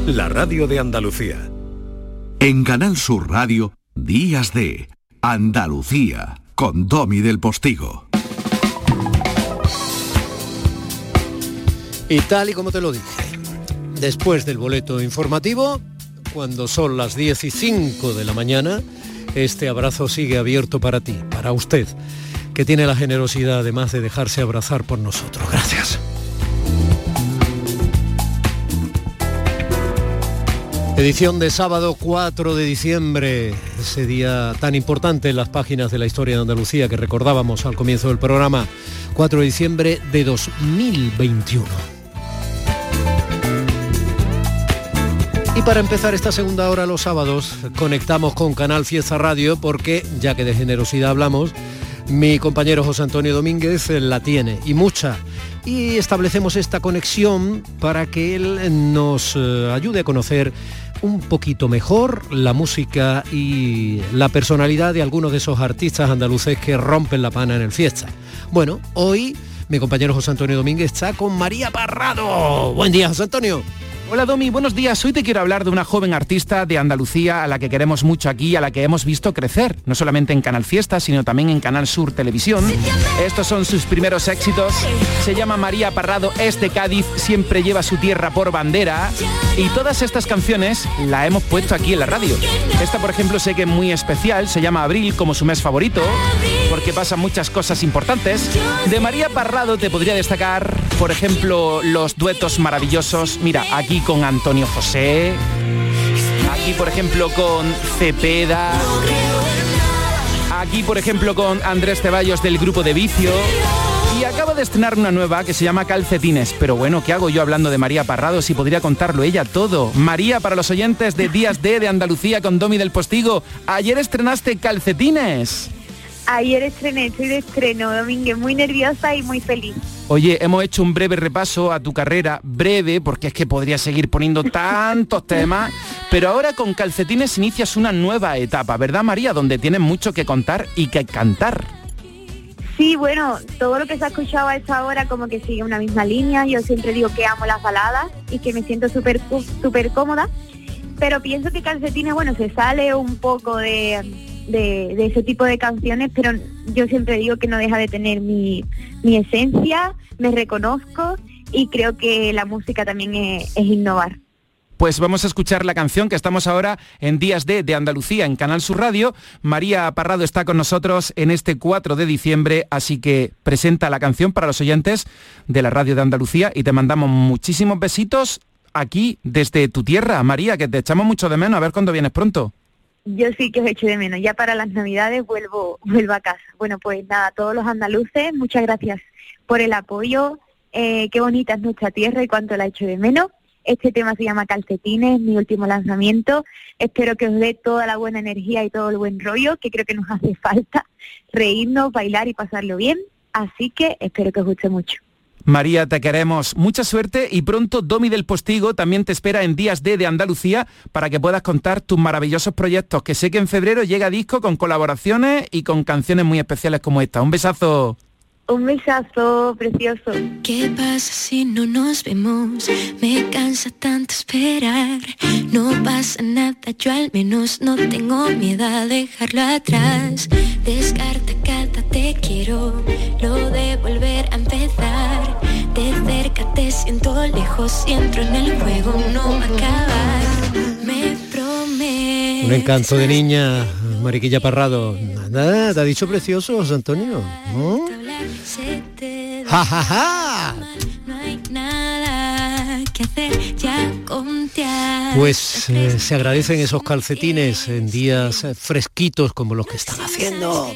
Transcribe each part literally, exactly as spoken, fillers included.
la radio de Andalucía. En Canal Sur Radio, Días de Andalucía, con Domi del Postigo. Y tal y como te lo dije, después del boleto informativo, cuando son las diez y cinco de la mañana, este abrazo sigue abierto para ti, para usted, que tiene la generosidad además de dejarse abrazar por nosotros. Gracias. Edición de sábado cuatro de diciembre, ese día tan importante en las páginas de la historia de Andalucía que recordábamos al comienzo del programa, cuatro de diciembre de dos mil veintiuno. Y para empezar esta segunda hora los sábados, conectamos con Canal Fiesta Radio porque, ya que de generosidad hablamos, mi compañero José Antonio Domínguez la tiene, y mucha. Y establecemos esta conexión para que él nos eh, ayude a conocer un poquito mejor la música y la personalidad de algunos de esos artistas andaluces que rompen la pana en el Fiesta. Bueno, hoy mi compañero José Antonio Domínguez está con María Parrado. Buen día, José Antonio. Hola Domi, buenos días. Hoy te quiero hablar de una joven artista de Andalucía a la que queremos mucho aquí, a la que hemos visto crecer, no solamente en Canal Fiesta, sino también en Canal Sur Televisión. Estos son sus primeros éxitos. Se llama María Parrado, es de Cádiz, siempre lleva su tierra por bandera. Y todas estas canciones la hemos puesto aquí en la radio. Esta, por ejemplo, sé que es muy especial, se llama Abril, como su mes favorito, porque pasan muchas cosas importantes. De María Parrado te podría destacar, por ejemplo, los duetos maravillosos. Mira, aquí con Antonio José, aquí por ejemplo con Cepeda, aquí por ejemplo con Andrés Ceballos del grupo de Vicio, y acaba de estrenar una nueva que se llama Calcetines. Pero bueno, ¿qué hago yo hablando de María Parrado si podría contarlo ella todo? María, para los oyentes de Días de de Andalucía con Domi del Postigo, ayer estrenaste Calcetines. Ayer estrené, estoy de estreno, Domínguez, muy nerviosa y muy feliz. Oye, hemos hecho un breve repaso a tu carrera, breve, porque es que podría seguir poniendo tantos temas, pero ahora con Calcetines inicias una nueva etapa, ¿verdad, María? Donde tienes mucho que contar y que cantar. Sí, bueno, todo lo que se ha escuchado a esta hora como que sigue una misma línea. Yo siempre digo que amo las baladas y que me siento súper súper cómoda, pero pienso que Calcetines, bueno, se sale un poco de... De, de ese tipo de canciones, pero yo siempre digo que no deja de tener mi, mi esencia, me reconozco y creo que la música también es, es innovar. Pues vamos a escuchar la canción que estamos ahora en Días de, de Andalucía en Canal Sur Radio. María Parrado está con nosotros en este cuatro de diciembre, así que presenta la canción para los oyentes de la radio de Andalucía y te mandamos muchísimos besitos aquí desde tu tierra, María, que te echamos mucho de menos, a ver cuándo vienes pronto. Yo sí que os echo de menos, ya para las navidades vuelvo vuelvo a casa. Bueno, pues nada, a todos los andaluces, muchas gracias por el apoyo, eh, qué bonita es nuestra tierra y cuánto la echo de menos. Este tema se llama Calcetines, mi último lanzamiento, espero que os dé toda la buena energía y todo el buen rollo, que creo que nos hace falta, reírnos, bailar y pasarlo bien, así que espero que os guste mucho. María, te queremos. Mucha suerte y pronto Domi del Postigo también te espera en Días de de Andalucía para que puedas contar tus maravillosos proyectos, que sé que en febrero llega disco con colaboraciones y con canciones muy especiales como esta. Un besazo. Un besazo precioso. ¿Qué pasa si no nos vemos? Me cansa tanto esperar. No pasa nada, yo al menos no tengo miedo a dejarlo atrás. Descarta cada te quiero, lo de volver a empezar. De cerca te siento lejos, si entro en el juego no va a acabar. Me prometo. Un encanto de niña, Mariquilla Parrado. Nada, te ha dicho precioso, José Antonio, ¿no? ¡Ja, ja, ja! No hay nada que hacer, ya contar. Pues eh, se agradecen esos calcetines en días eh, fresquitos como los que están haciendo.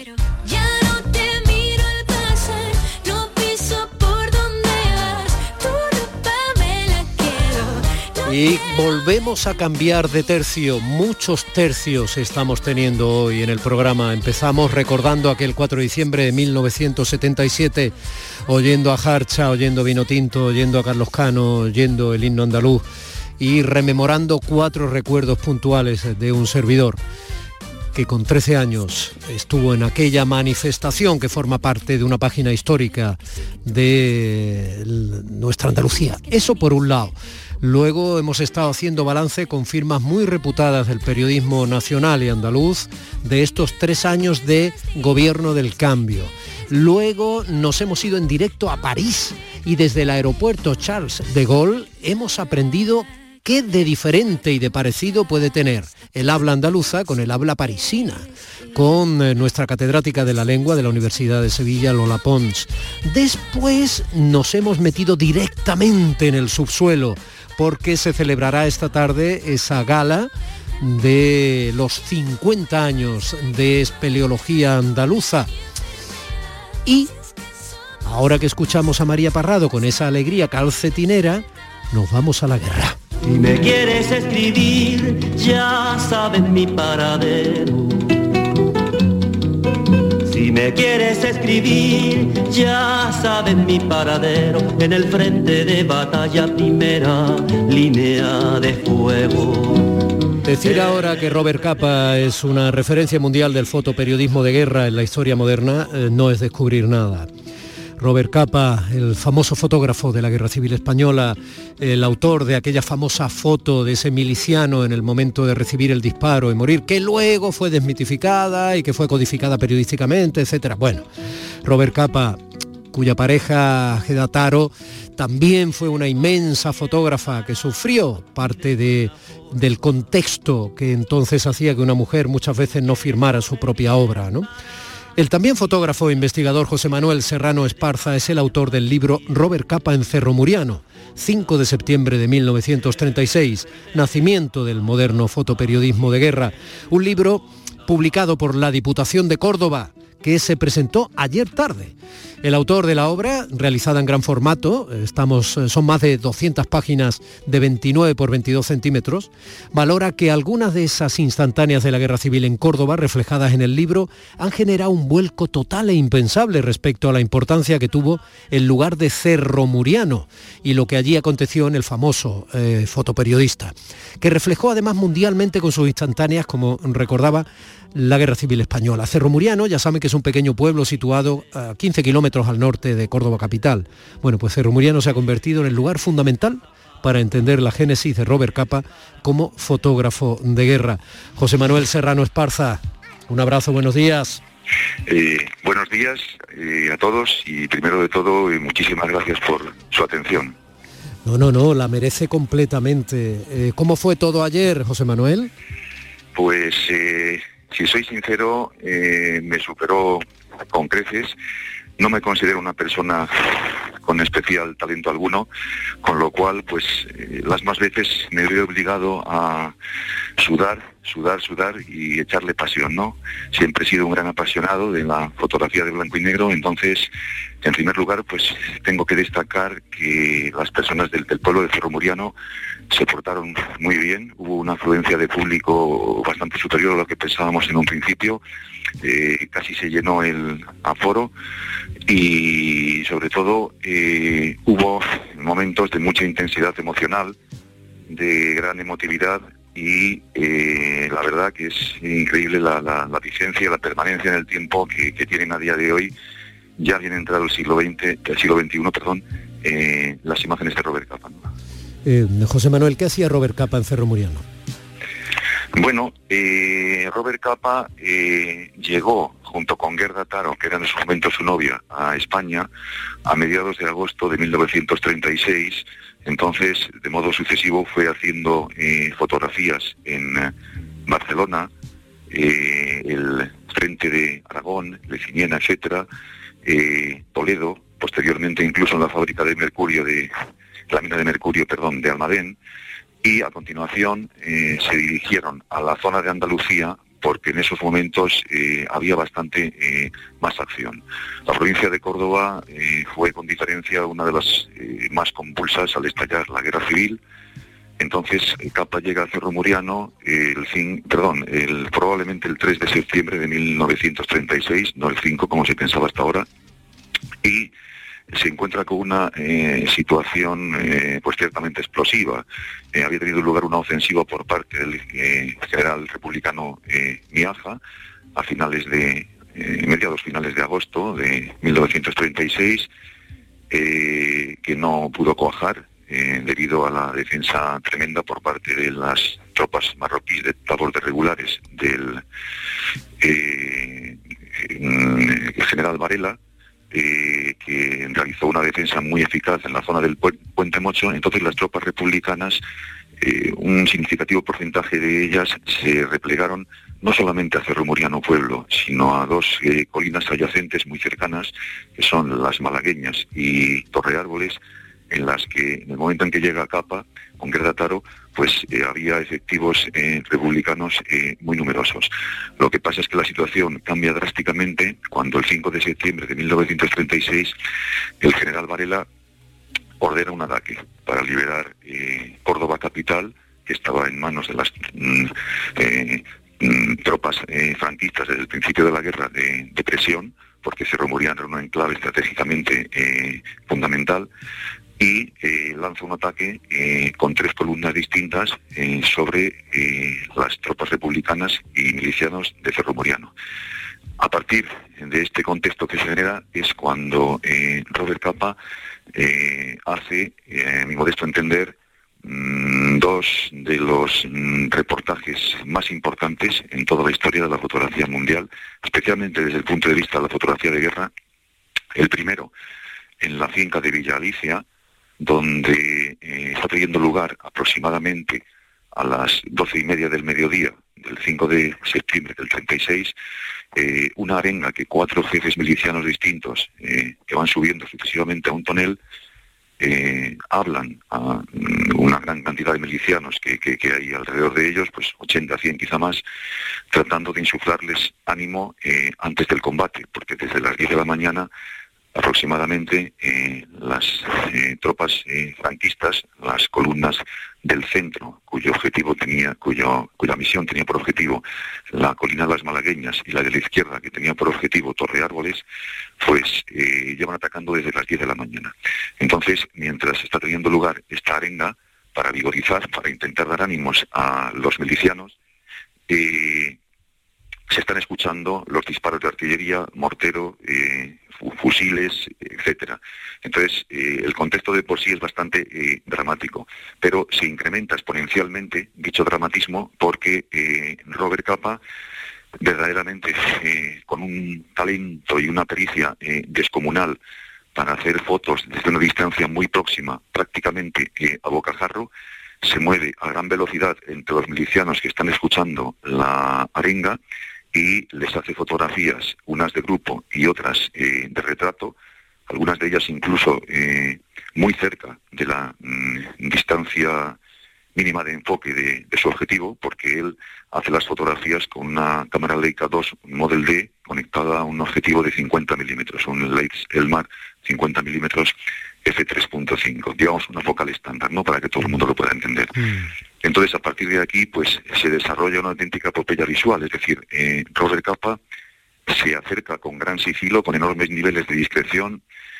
Y volvemos a cambiar de tercio, muchos tercios estamos teniendo hoy en el programa. Empezamos recordando aquel cuatro de diciembre de mil novecientos setenta y siete, oyendo a Jarcha, oyendo Vino Tinto, oyendo a Carlos Cano, oyendo el himno andaluz y rememorando cuatro recuerdos puntuales de un servidor que con trece años estuvo en aquella manifestación que forma parte de una página histórica de nuestra Andalucía. Eso por un lado. Luego hemos estado haciendo balance con firmas muy reputadas del periodismo nacional y andaluz de estos tres años de gobierno del cambio. Luego nos hemos ido en directo a París y desde el aeropuerto Charles de Gaulle hemos aprendido qué de diferente y de parecido puede tener el habla andaluza con el habla parisina, con eh, nuestra catedrática de la lengua de la Universidad de Sevilla, Lola Pons. Después nos hemos metido directamente en el subsuelo porque se celebrará esta tarde esa gala de los cincuenta años de espeleología andaluza. Y ahora que escuchamos a María Parrado con esa alegría calcetinera, nos vamos a la guerra. Si me quieres escribir, ya sabes mi paradero. Si me quieres escribir, ya sabes mi paradero. En el frente de batalla, primera línea de fuego. Decir ahora que Robert Capa es una referencia mundial del fotoperiodismo de guerra en la historia moderna eh, no es descubrir nada. Robert Capa, el famoso fotógrafo de la Guerra Civil Española, el autor de aquella famosa foto de ese miliciano en el momento de recibir el disparo y morir, que luego fue desmitificada y que fue codificada periodísticamente, etcétera. Bueno, Robert Capa, cuya pareja Geda Taro también fue una inmensa fotógrafa que sufrió parte de, del contexto que entonces hacía que una mujer muchas veces no firmara su propia obra, ¿no? El también fotógrafo e investigador José Manuel Serrano Esparza es el autor del libro Robert Capa en Cerro Muriano, cinco de septiembre de mil novecientos treinta y seis, nacimiento del moderno fotoperiodismo de guerra. Un libro publicado por la Diputación de Córdoba, que se presentó ayer tarde. El autor de la obra, realizada en gran formato, estamos, son más de doscientas páginas de veintinueve por veintidós centímetros, valora que algunas de esas instantáneas de la Guerra Civil en Córdoba, reflejadas en el libro, han generado un vuelco total e impensable respecto a la importancia que tuvo el lugar de Cerro Muriano y lo que allí aconteció en el famoso eh, fotoperiodista, que reflejó además mundialmente con sus instantáneas, como recordaba, la Guerra Civil Española. Cerro Muriano, ya saben que es un pequeño pueblo situado a quince kilómetros al norte de Córdoba capital. Bueno, pues Cerro Muriano se ha convertido en el lugar fundamental para entender la génesis de Robert Capa como fotógrafo de guerra. José Manuel Serrano Esparza, un abrazo, buenos días. Eh, buenos días eh, a todos y primero de todo eh, muchísimas gracias por su atención. No, no, no, la merece completamente. Eh, ¿Cómo fue todo ayer, José Manuel? Pues... Eh... Si soy sincero, eh, me superó con creces. No me considero una persona con especial talento alguno, con lo cual, pues, eh, las más veces me veo obligado a sudar, sudar, sudar y echarle pasión, ¿no? Siempre he sido un gran apasionado de la fotografía de blanco y negro, entonces, en primer lugar, pues, tengo que destacar que las personas del, del pueblo de Cerro Muriano se portaron muy bien, hubo una afluencia de público bastante superior a lo que pensábamos en un principio, eh, casi se llenó el aforo y sobre todo eh, hubo momentos de mucha intensidad emocional, de gran emotividad y eh, la verdad que es increíble la, la, la vigencia, la permanencia en el tiempo que, que tienen a día de hoy, ya bien entrado el siglo veinte, el siglo veintiuno, perdón, eh, las imágenes de Robert Capa. Eh, José Manuel, ¿qué hacía Robert Capa en Cerro Muriano? Bueno, eh, Robert Capa eh, llegó junto con Gerda Taro, que era en ese momento su novia, a España a mediados de agosto de mil novecientos treinta y seis. Entonces, de modo sucesivo, fue haciendo eh, fotografías en eh, Barcelona, eh, el frente de Aragón, Leciniena, etcétera, eh, Toledo, posteriormente incluso en la fábrica de mercurio de la mina de mercurio, perdón, de Almadén, y a continuación eh, se dirigieron a la zona de Andalucía porque en esos momentos eh, había bastante eh, más acción. La provincia de Córdoba eh, fue con diferencia una de las eh, más convulsas al estallar la guerra civil. Entonces Capa llega a Cerro Muriano el cinco, perdón, el, probablemente el tres de septiembre de mil novecientos treinta y seis, no el cinco como se pensaba hasta ahora, y se encuentra con una eh, situación eh, pues ciertamente explosiva. Eh, había tenido lugar una ofensiva por parte del eh, general republicano eh, Miaja a finales de, eh, mediados finales de agosto de mil novecientos treinta y seis, eh, que no pudo cuajar. eh, debido a la defensa tremenda por parte de las tropas marroquíes de tabor de regulares del eh, el general Varela, eh, que realizó una defensa muy eficaz en la zona del pu- Puente Mocho. Entonces las tropas republicanas, eh, un significativo porcentaje de ellas se replegaron no solamente a Cerro Muriano pueblo, sino a dos eh, colinas adyacentes muy cercanas, que son las Malagueñas y Torre Árboles, en las que en el momento en que llega Capa, con Gerda Taro, pues eh, había efectivos eh, republicanos eh, muy numerosos. Lo que pasa es que la situación cambia drásticamente cuando el cinco de septiembre de mil novecientos treinta y seis el general Varela ordena un ataque para liberar eh, Córdoba capital, que estaba en manos de las mm, eh, mm, tropas eh, franquistas desde el principio de la guerra de, de presión, porque Cerro Muriano era un enclave estratégicamente eh, fundamental, y eh, lanza un ataque eh, con tres columnas distintas eh, sobre eh, las tropas republicanas y milicianos de Cerro Muriano. A partir de este contexto que se genera es cuando eh, Robert Capa eh, hace, eh, a mi modesto entender, mmm, dos de los mmm, reportajes más importantes en toda la historia de la fotografía mundial, especialmente desde el punto de vista de la fotografía de guerra. El primero, en la finca de Villa Alicia, donde eh, está teniendo lugar aproximadamente a las doce y media del mediodía del cinco de septiembre del treinta y seis, eh, una arenga que cuatro jefes milicianos distintos eh, que van subiendo sucesivamente a un tonel eh, hablan a una gran cantidad de milicianos que, que, que hay alrededor de ellos, pues ochenta, cien quizá más, tratando de insuflarles ánimo eh, antes del combate, porque desde las diez de la mañana aproximadamente eh, las eh, tropas eh, franquistas, las columnas del centro, cuyo objetivo tenía, cuyo, cuya misión tenía por objetivo la colina de las Malagueñas y la de la izquierda, que tenía por objetivo Torre Árboles, pues eh, llevan atacando desde las diez de la mañana. Entonces, mientras está teniendo lugar esta arenga, para vigorizar, para intentar dar ánimos a los milicianos, eh, se están escuchando los disparos de artillería, mortero, eh, fusiles, etcétera. Entonces, eh, el contexto de por sí es bastante eh, dramático, pero se incrementa exponencialmente dicho dramatismo porque eh, Robert Capa, verdaderamente eh, con un talento y una pericia eh, descomunal para hacer fotos desde una distancia muy próxima, prácticamente eh, a bocajarro, se mueve a gran velocidad entre los milicianos que están escuchando la arenga y les hace fotografías, unas de grupo y otras eh, de retrato, algunas de ellas incluso eh, muy cerca de la mm, distancia mínima de enfoque de, de su objetivo, porque él hace las fotografías con una cámara Leica dos Model D conectada a un objetivo de cincuenta milímetros, un Leica Elmar cincuenta milímetros efe tres punto cinco, digamos una focal estándar, ¿no?, para que todo el mundo lo pueda entender. Mm. Entonces, a partir de aquí, pues se desarrolla una auténtica epopeya visual, es decir, eh, Robert Capa se acerca con gran sigilo, con enormes niveles de discreción,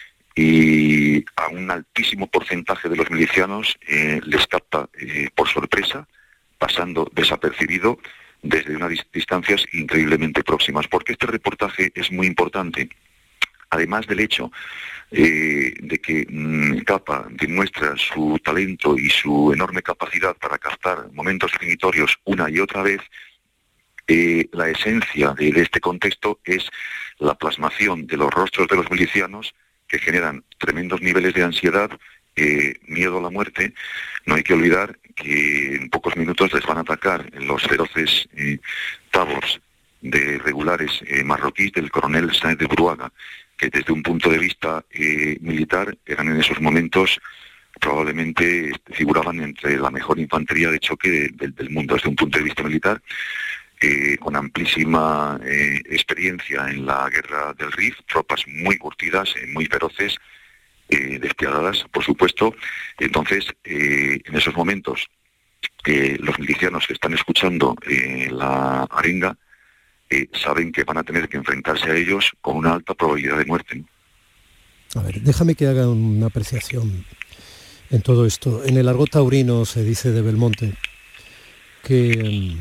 y a un altísimo porcentaje de los milicianos eh, les capta eh, por sorpresa, pasando desapercibido desde unas distancias increíblemente próximas. Porque este reportaje es muy importante, además del hecho eh, de que mmm, Capa demuestra su talento y su enorme capacidad para captar momentos definitorios una y otra vez. Eh, la esencia de, de este contexto es la plasmación de los rostros de los milicianos, que generan tremendos niveles de ansiedad, eh, miedo a la muerte. No hay que olvidar que en pocos minutos les van a atacar los feroces eh, tabors de regulares eh, marroquíes del coronel Sáenz de Bruaga, que desde un punto de vista eh, militar eran en esos momentos, probablemente figuraban entre la mejor infantería de choque de, de, del mundo desde un punto de vista militar, eh, con amplísima eh, experiencia en la guerra del Rif, tropas muy curtidas, eh, muy feroces, eh, despiadadas, por supuesto. Entonces, eh, en esos momentos, eh, los milicianos que están escuchando eh, la arenga, Eh, saben que van a tener que enfrentarse a ellos con una alta probabilidad de muerte, ¿no? A ver, déjame que haga una apreciación en todo esto. En el argot taurino se dice de Belmonte que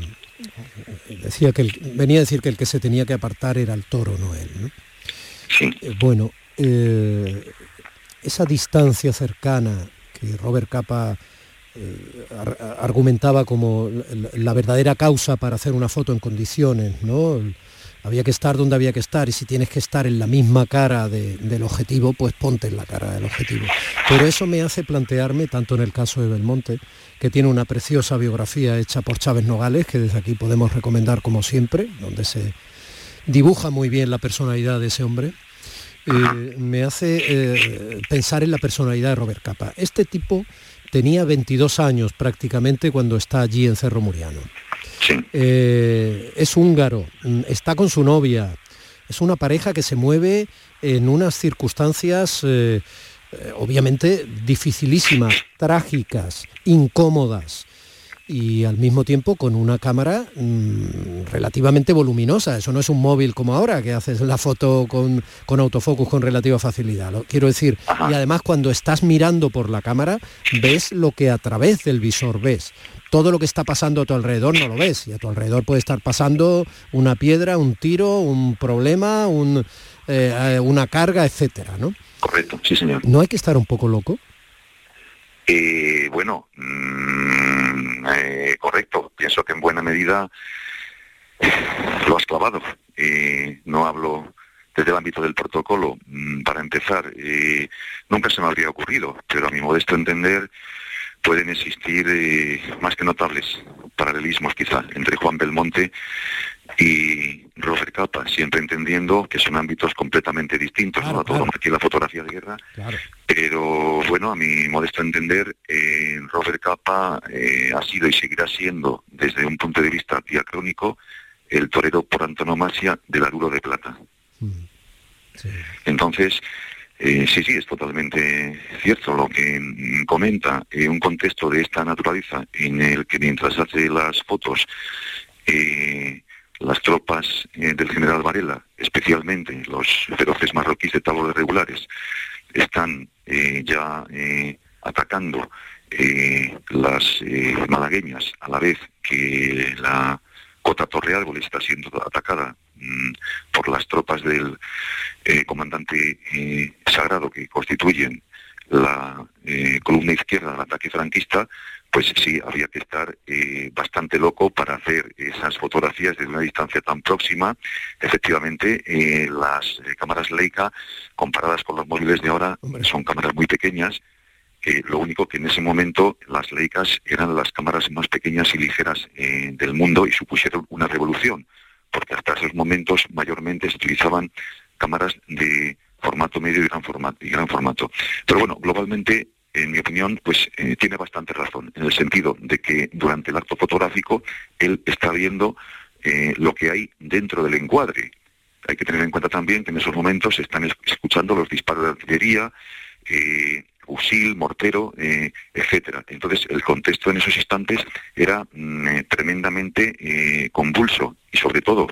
um, decía que el, venía a decir que el que se tenía que apartar era el toro, no él, ¿no? Sí. Eh, bueno, eh, esa distancia cercana que si Robert Capa eh, ar- argumentaba como la, la verdadera causa para hacer una foto en condiciones, ¿no? Había que estar donde había que estar, y si tienes que estar en la misma cara de, del objetivo, pues ponte en la cara del objetivo. Pero eso me hace plantearme, tanto en el caso de Belmonte, que tiene una preciosa biografía hecha por Chávez Nogales, que desde aquí podemos recomendar como siempre, donde se dibuja muy bien la personalidad de ese hombre, eh, me hace eh, pensar en la personalidad de Robert Capa. Este tipo tenía veintidós años prácticamente cuando está allí en Cerro Muriano. Sí. Eh, es húngaro, está con su novia, es una pareja que se mueve en unas circunstancias eh, eh, obviamente dificilísimas, trágicas, incómodas, y al mismo tiempo con una cámara mmm, relativamente voluminosa. Eso no es un móvil como ahora, que haces la foto con, con autofocus con relativa facilidad, lo quiero decir. Ajá. Y además, cuando estás mirando por la cámara, ves lo que a través del visor ves. Todo lo que está pasando a tu alrededor no lo ves, y a tu alrededor puede estar pasando una piedra, un tiro, un problema, un, eh, una carga, etcétera, ¿no? Correcto, sí, señor. ¿No hay que estar un poco loco? Eh, bueno, mmm, eh, correcto. Pienso que en buena medida lo has clavado. Eh, no hablo desde el ámbito del protocolo. Mm, para empezar, eh, nunca se me habría ocurrido, pero a mi modesto entender pueden existir eh, más que notables paralelismos quizá entre Juan Belmonte y Robert Capa, siempre entendiendo que son ámbitos completamente distintos, claro, ¿no? A todo claro. aquí la fotografía de guerra, claro. Pero bueno, a mi modesto entender, eh, Robert Capa eh, ha sido y seguirá siendo, desde un punto de vista diacrónico, el torero por antonomasia del Aruro de Plata. Mm. Sí. Entonces, Eh, sí, sí, es totalmente cierto lo que mm, comenta. Eh, un contexto de esta naturaleza en el que mientras hace las fotos, eh, las tropas eh, del general Varela, especialmente los feroces marroquíes de tablas regulares, están eh, ya eh, atacando eh, las eh, malagueñas, a la vez que la Cota Torre Árbol está siendo atacada mmm, por las tropas del eh, comandante eh, Sagrado, que constituyen la eh, columna izquierda del ataque franquista, pues sí, había que estar eh, bastante loco para hacer esas fotografías desde una distancia tan próxima. Efectivamente, eh, las eh, cámaras Leica, comparadas con los móviles de ahora, Hombre. son cámaras muy pequeñas. Eh, lo único que en ese momento las Leicas eran las cámaras más pequeñas y ligeras eh, del mundo, y supusieron una revolución, porque hasta esos momentos mayormente se utilizaban cámaras de formato medio y gran formato. Y gran formato. Pero bueno, globalmente, en mi opinión, pues eh, tiene bastante razón, en el sentido de que durante el acto fotográfico él está viendo eh, lo que hay dentro del encuadre. Hay que tener en cuenta también que en esos momentos se están escuchando los disparos de artillería, eh, fusil, mortero, eh, etcétera. Entonces el contexto en esos instantes era mm, tremendamente eh, convulso, y sobre todo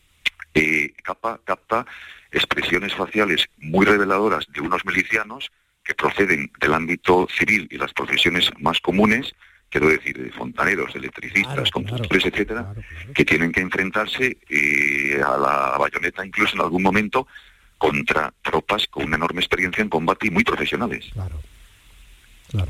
eh, Capa capta expresiones faciales muy reveladoras de unos milicianos que proceden del ámbito civil y las profesiones más comunes, quiero decir, de fontaneros, de electricistas, claro, constructores, claro, etcétera, claro, claro. que tienen que enfrentarse eh, a la bayoneta incluso en algún momento contra tropas con una enorme experiencia en combate y muy profesionales. Claro, claro.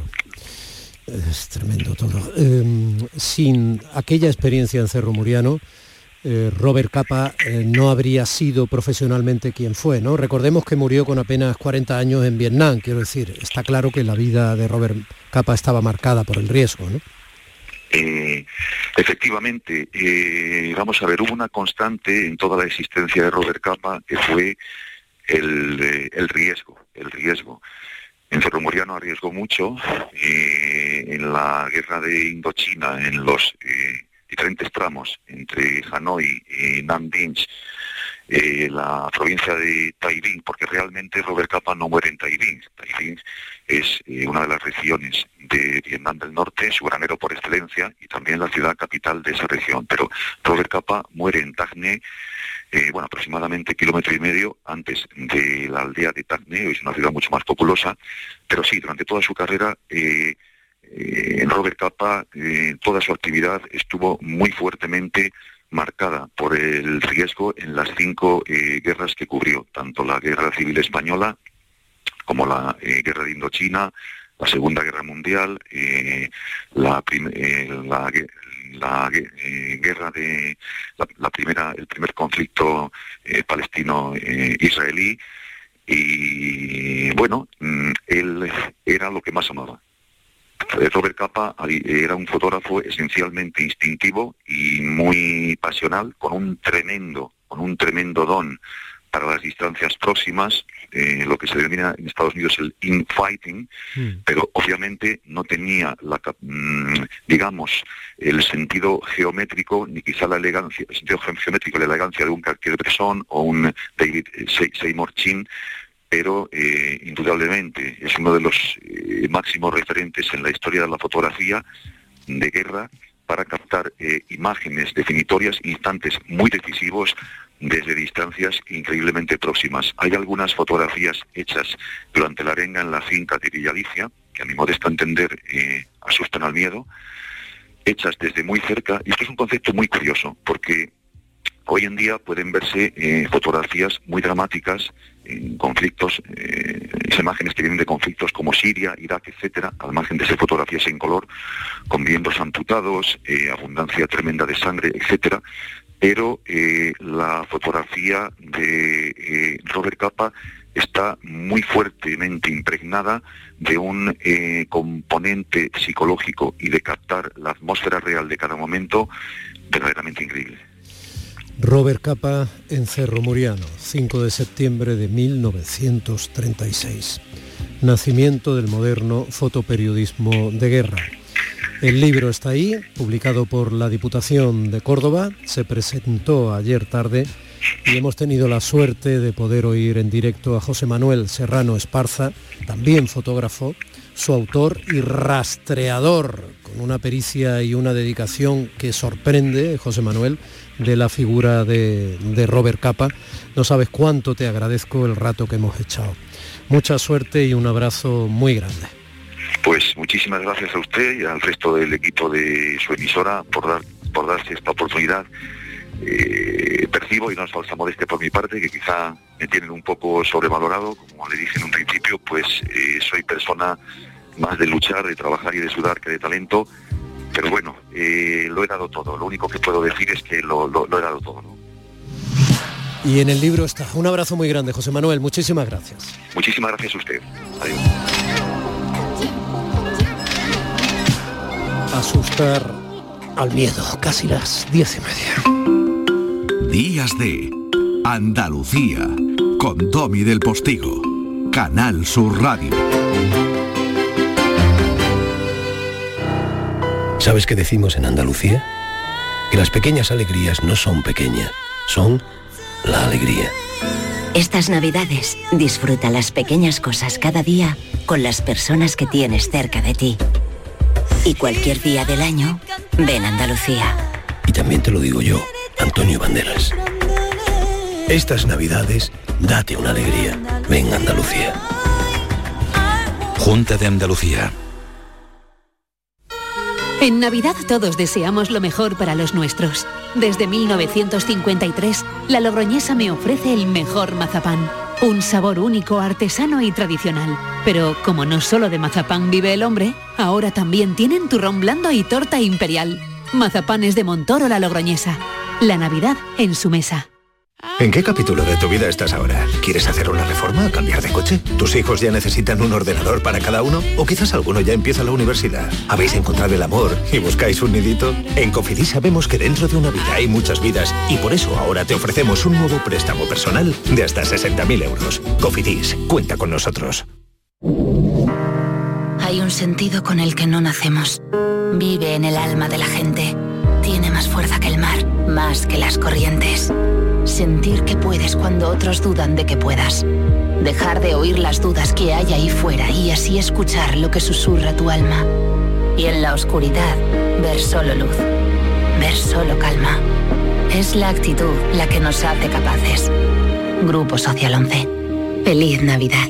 Es tremendo todo. Eh, sin aquella experiencia en Cerro Muriano, eh, Robert Capa eh, no habría sido profesionalmente quien fue, ¿no? Recordemos que murió con apenas cuarenta años en Vietnam, quiero decir, está claro que la vida de Robert Capa estaba marcada por el riesgo, ¿no? Eh, efectivamente, eh, vamos a ver, hubo una constante en toda la existencia de Robert Capa, que fue el, eh, el riesgo, el riesgo. En Cerro Muriano arriesgó mucho, eh, en la guerra de Indochina, en los eh, diferentes tramos entre Hanoi y Nam Dinh, eh, la provincia de Tai Binh, porque realmente Robert Capa no muere en Tai Binh. Tai Binh es eh, una de las regiones de Vietnam del Norte, su granero por excelencia, y también la ciudad capital de esa región. Pero Robert Capa muere en Tac Nhe, eh, bueno, aproximadamente kilómetro y medio antes de la aldea de Tac Nhe. Es una ciudad mucho más populosa, pero sí, durante toda su carrera, eh, eh, Robert Capa, eh, toda su actividad estuvo muy fuertemente marcada por el riesgo en las cinco eh, guerras que cubrió, tanto la Guerra Civil Española como la eh, Guerra de Indochina, la Segunda Guerra Mundial, eh, la, prim- eh, la, la eh, guerra de la, la primera, el primer conflicto eh, palestino-israelí, y bueno, él era lo que más amaba. Robert Capa era un fotógrafo esencialmente instintivo y muy pasional, con un tremendo, con un tremendo don para las distancias próximas, eh, lo que se denomina en Estados Unidos el infighting, mm. pero obviamente no tenía, la, digamos, el sentido geométrico, ni quizá la elegancia, el sentido geométrico, la elegancia de un Cartier-Bresson o un David Seymour Chin, pero eh, indudablemente es uno de los eh, máximos referentes en la historia de la fotografía de guerra para captar eh, imágenes definitorias, instantes muy decisivos desde distancias increíblemente próximas. Hay algunas fotografías hechas durante la arenga en la finca de Villalicia, que a mi modesto entender eh, asustan al miedo, hechas desde muy cerca, y esto es un concepto muy curioso, porque hoy en día pueden verse eh, fotografías muy dramáticas en conflictos, eh, esas imágenes que vienen de conflictos como Siria, Irak, etcétera, al margen de ser fotografías en color, con miembros amputados, eh, abundancia tremenda de sangre, etcétera, pero eh, la fotografía de eh, Robert Capa está muy fuertemente impregnada de un eh, componente psicológico y de captar la atmósfera real de cada momento verdaderamente increíble. Robert Capa en Cerro Muriano, cinco de septiembre de mil novecientos treinta y seis. Nacimiento del moderno fotoperiodismo de guerra. El libro está ahí, publicado por la Diputación de Córdoba, se presentó ayer tarde y hemos tenido la suerte de poder oír en directo a José Manuel Serrano Esparza, también fotógrafo, su autor y rastreador, con una pericia y una dedicación que sorprende, José Manuel, de la figura de, de Robert Capa. No sabes cuánto te agradezco el rato que hemos echado. Mucha suerte y un abrazo muy grande. Pues muchísimas gracias a usted y al resto del equipo de su emisora por dar por darse esta oportunidad. Eh, percibo, y no es falsa modestia por mi parte, que quizá me tienen un poco sobrevalorado. Como le dije en un principio, pues eh, soy persona más de luchar, de trabajar y de sudar que de talento, pero bueno, eh, lo he dado todo. Lo único que puedo decir es que lo, lo, lo he dado todo, ¿no? Y en el libro está. Un abrazo muy grande, José Manuel, muchísimas gracias. Muchísimas gracias a usted. Adiós. Asustar al miedo, casi las diez y media. Días de Andalucía, con Domi del Postigo, Canal Sur Radio. ¿Sabes qué decimos en Andalucía? Que las pequeñas alegrías no son pequeñas, son la alegría. Estas Navidades, disfruta las pequeñas cosas cada día con las personas que tienes cerca de ti. Y cualquier día del año, ven a Andalucía. Y también te lo digo yo, Antonio Banderas. Estas Navidades, date una alegría. Ven a Andalucía. Junta de Andalucía. En Navidad todos deseamos lo mejor para los nuestros. Desde mil novecientos cincuenta y tres, la Logroñesa me ofrece el mejor mazapán. Un sabor único, artesano y tradicional. Pero como no solo de mazapán vive el hombre, ahora también tienen turrón blando y torta imperial. Mazapanes de Montoro la Logroñesa. La Navidad en su mesa. ¿En qué capítulo de tu vida estás ahora? ¿Quieres hacer una reforma o cambiar de coche? ¿Tus hijos ya necesitan un ordenador para cada uno? ¿O quizás alguno ya empieza la universidad? ¿Habéis encontrado el amor y buscáis un nidito? En Cofidis sabemos que dentro de una vida hay muchas vidas y por eso ahora te ofrecemos un nuevo préstamo personal de hasta sesenta mil euros. Cofidis, cuenta con nosotros. Hay un sentido con el que no nacemos. Vive en el alma de la gente. Tiene más fuerza que el mar, más que las corrientes. Sentir que puedes cuando otros dudan de que puedas. Dejar de oír las dudas que hay ahí fuera y así escuchar lo que susurra tu alma. Y en la oscuridad, ver solo luz. Ver solo calma. Es la actitud la que nos hace capaces. Grupo Social once. Feliz Navidad.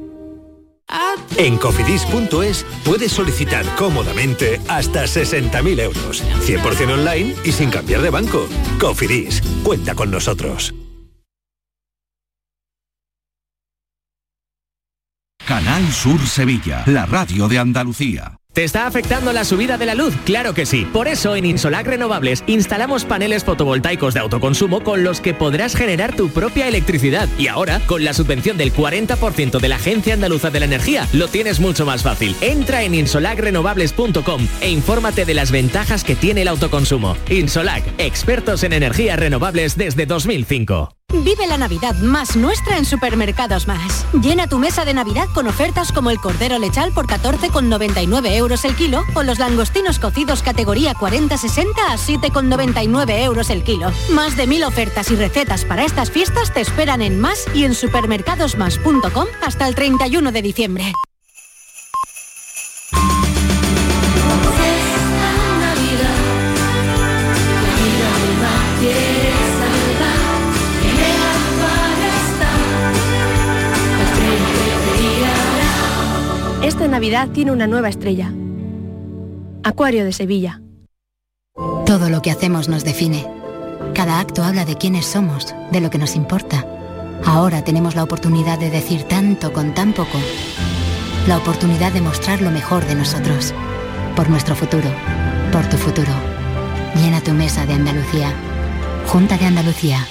En cofidis punto es puedes solicitar cómodamente hasta sesenta mil euros, cien por ciento online y sin cambiar de banco. Cofidis, cuenta con nosotros. Canal Sur Sevilla, la radio de Andalucía. ¿Te está afectando la subida de la luz? Claro que sí. Por eso en Insolac Renovables instalamos paneles fotovoltaicos de autoconsumo con los que podrás generar tu propia electricidad. Y ahora, con la subvención del cuarenta por ciento de la Agencia Andaluza de la Energía, lo tienes mucho más fácil. Entra en insolac renovables punto com e infórmate de las ventajas que tiene el autoconsumo. Insolac, expertos en energías renovables desde dos mil cinco. Vive la Navidad más nuestra en Supermercados Más. Llena tu mesa de Navidad con ofertas como el cordero lechal por catorce con noventa y nueve euros el kilo o los langostinos cocidos categoría cuarenta sesenta a siete con noventa y nueve euros el kilo. Más de mil ofertas y recetas para estas fiestas te esperan en Más y en supermercados más punto com hasta el treinta y uno de diciembre. Esta Navidad tiene una nueva estrella. Acuario de Sevilla. Todo lo que hacemos nos define. Cada acto habla de quiénes somos, de lo que nos importa. Ahora tenemos la oportunidad de decir tanto con tan poco. La oportunidad de mostrar lo mejor de nosotros. Por nuestro futuro. Por tu futuro. Llena tu mesa de Andalucía. Junta de Andalucía.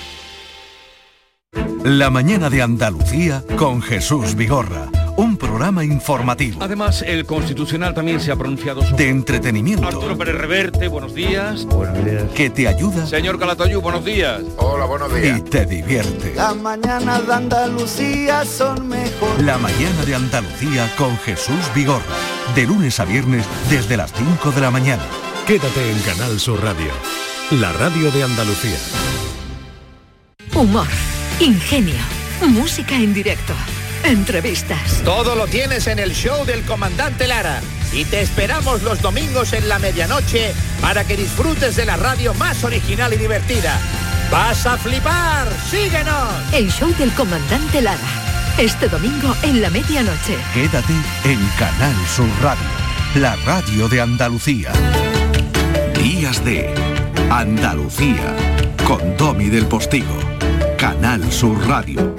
La mañana de Andalucía con Jesús Vigorra. Un programa informativo. Además, el Constitucional también se ha pronunciado sobre... De entretenimiento. Arturo Pérez Reverte, buenos días. Buenos días. Que te ayuda. Señor Calatayud, buenos días. Hola, buenos días. Y te divierte. Las mañanas de Andalucía son mejor. La mañana de Andalucía con Jesús Vigorra. De lunes a viernes desde las cinco de la mañana. Quédate en Canal Sur Radio. La radio de Andalucía. Humor, ingenio, música en directo. Entrevistas. Todo lo tienes en el show del Comandante Lara. Y te esperamos los domingos en la medianoche para que disfrutes de la radio más original y divertida. ¡Vas a flipar! ¡Síguenos! El show del Comandante Lara. Este domingo en la medianoche. Quédate en Canal Sur Radio, la radio de Andalucía. Días de Andalucía con Domi del Postigo. Canal Sur Radio.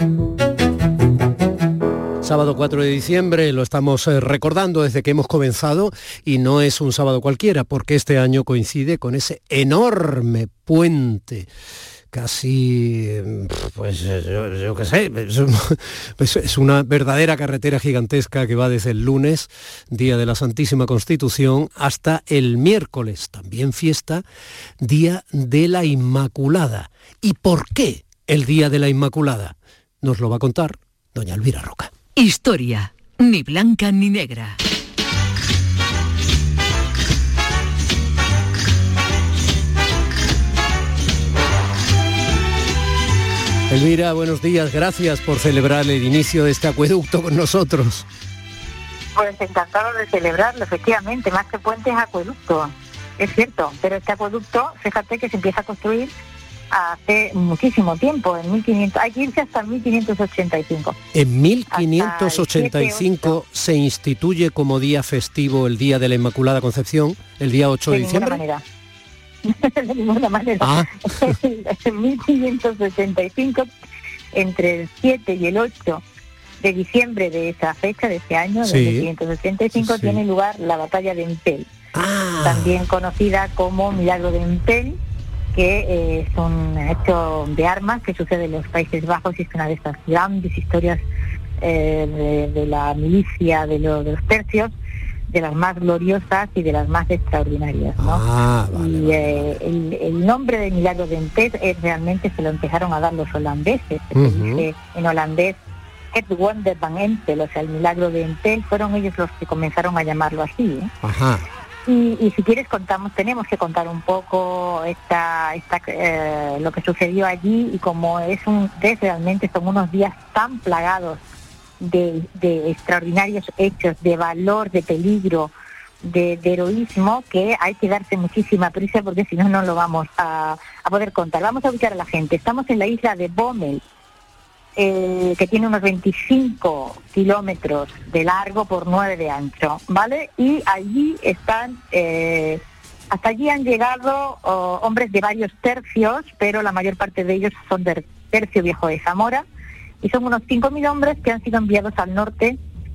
Sábado cuatro de diciembre, lo estamos eh, recordando desde que hemos comenzado y no es un sábado cualquiera porque este año coincide con ese enorme puente, casi, pues yo, yo qué sé, es, es una verdadera carretera gigantesca que va desde el lunes, Día de la Santísima Constitución, hasta el miércoles, también fiesta, Día de la Inmaculada. ¿Y por qué el Día de la Inmaculada? Nos lo va a contar doña Elvira Roca. Historia, ni blanca ni negra. Elvira, buenos días, gracias por celebrar el inicio de este acueducto con nosotros. Pues encantado de celebrarlo, efectivamente, más que puente es acueducto, es cierto, pero este acueducto, fíjate que se empieza a construir hace muchísimo tiempo, en mil quinientos, hay que irse hasta mil quinientos ochenta y cinco. En mil quinientos ochenta y cinco se instituye como día festivo el Día de la Inmaculada Concepción, el día ocho de, de diciembre. Manera. De ninguna manera. Ah. En mil quinientos ochenta y cinco, entre el siete y el ocho de diciembre de esa fecha, de ese año, sí. De mil quinientos ochenta y cinco, sí. Tiene lugar la batalla de Empel, ah. también conocida como Milagro de Empel, que eh, es un hecho de armas que sucede en los Países Bajos y es una de estas grandes historias eh, de, de la milicia de, lo, de los tercios, de las más gloriosas y de las más extraordinarias, ¿no? Ah, vale, y eh, el, el nombre de Milagro de Empel es, realmente se lo empezaron a dar los holandeses, uh-huh. Se dice en holandés Het Wonder van Empel, o sea, el Milagro de Empel, fueron ellos los que comenzaron a llamarlo así, ¿eh? Ajá. Y, y si quieres contamos, tenemos que contar un poco esta, esta eh, lo que sucedió allí y como es un, es realmente son unos días tan plagados de, de extraordinarios hechos, de valor, de peligro, de, de heroísmo, que hay que darse muchísima prisa porque si no, no lo vamos a, a poder contar. Vamos a ubicar a la gente. Estamos en la isla de Bommel, Eh, que tiene unos veinticinco kilómetros de largo por nueve de ancho, ¿vale? Y allí están, eh, hasta allí han llegado oh, hombres de varios tercios, pero la mayor parte de ellos son del tercio viejo de Zamora, y son unos cinco mil hombres que han sido enviados al norte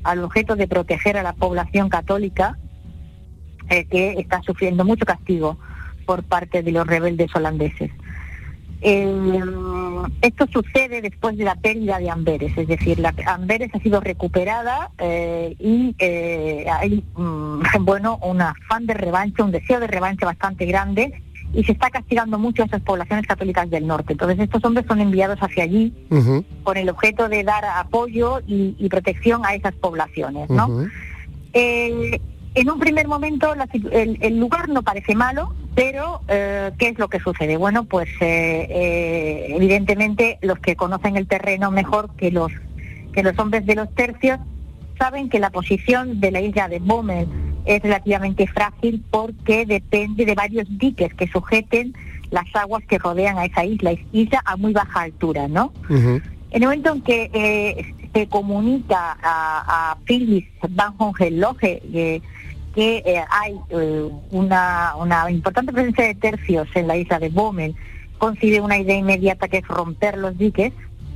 al objeto de proteger a la población católica eh, que está sufriendo mucho castigo por parte de los rebeldes holandeses. Eh, esto sucede después de la pérdida de Amberes, es decir, la, Amberes ha sido recuperada eh, y eh, hay mm, bueno, un afán de revancha, un deseo de revancha bastante grande, y se está castigando mucho a esas poblaciones católicas del norte. Entonces estos hombres son enviados hacia allí uh-huh. con el objeto de dar apoyo y, y protección a esas poblaciones, ¿no? Uh-huh. Eh, en un primer momento la, el, el lugar no parece malo, pero eh, ¿qué es lo que sucede? Bueno, pues eh, eh, evidentemente los que conocen el terreno mejor que los que los hombres de los tercios saben que la posición de la isla de Bommel es relativamente frágil porque depende de varios diques que sujeten las aguas que rodean a esa isla, isla a muy baja altura, ¿no? Uh-huh. En el momento en que eh, se comunica a, a Philips van Hohenlohe eh, que eh, hay eh, una, una importante presencia de tercios en la isla de Bommel, concibe una idea inmediata que es romper los diques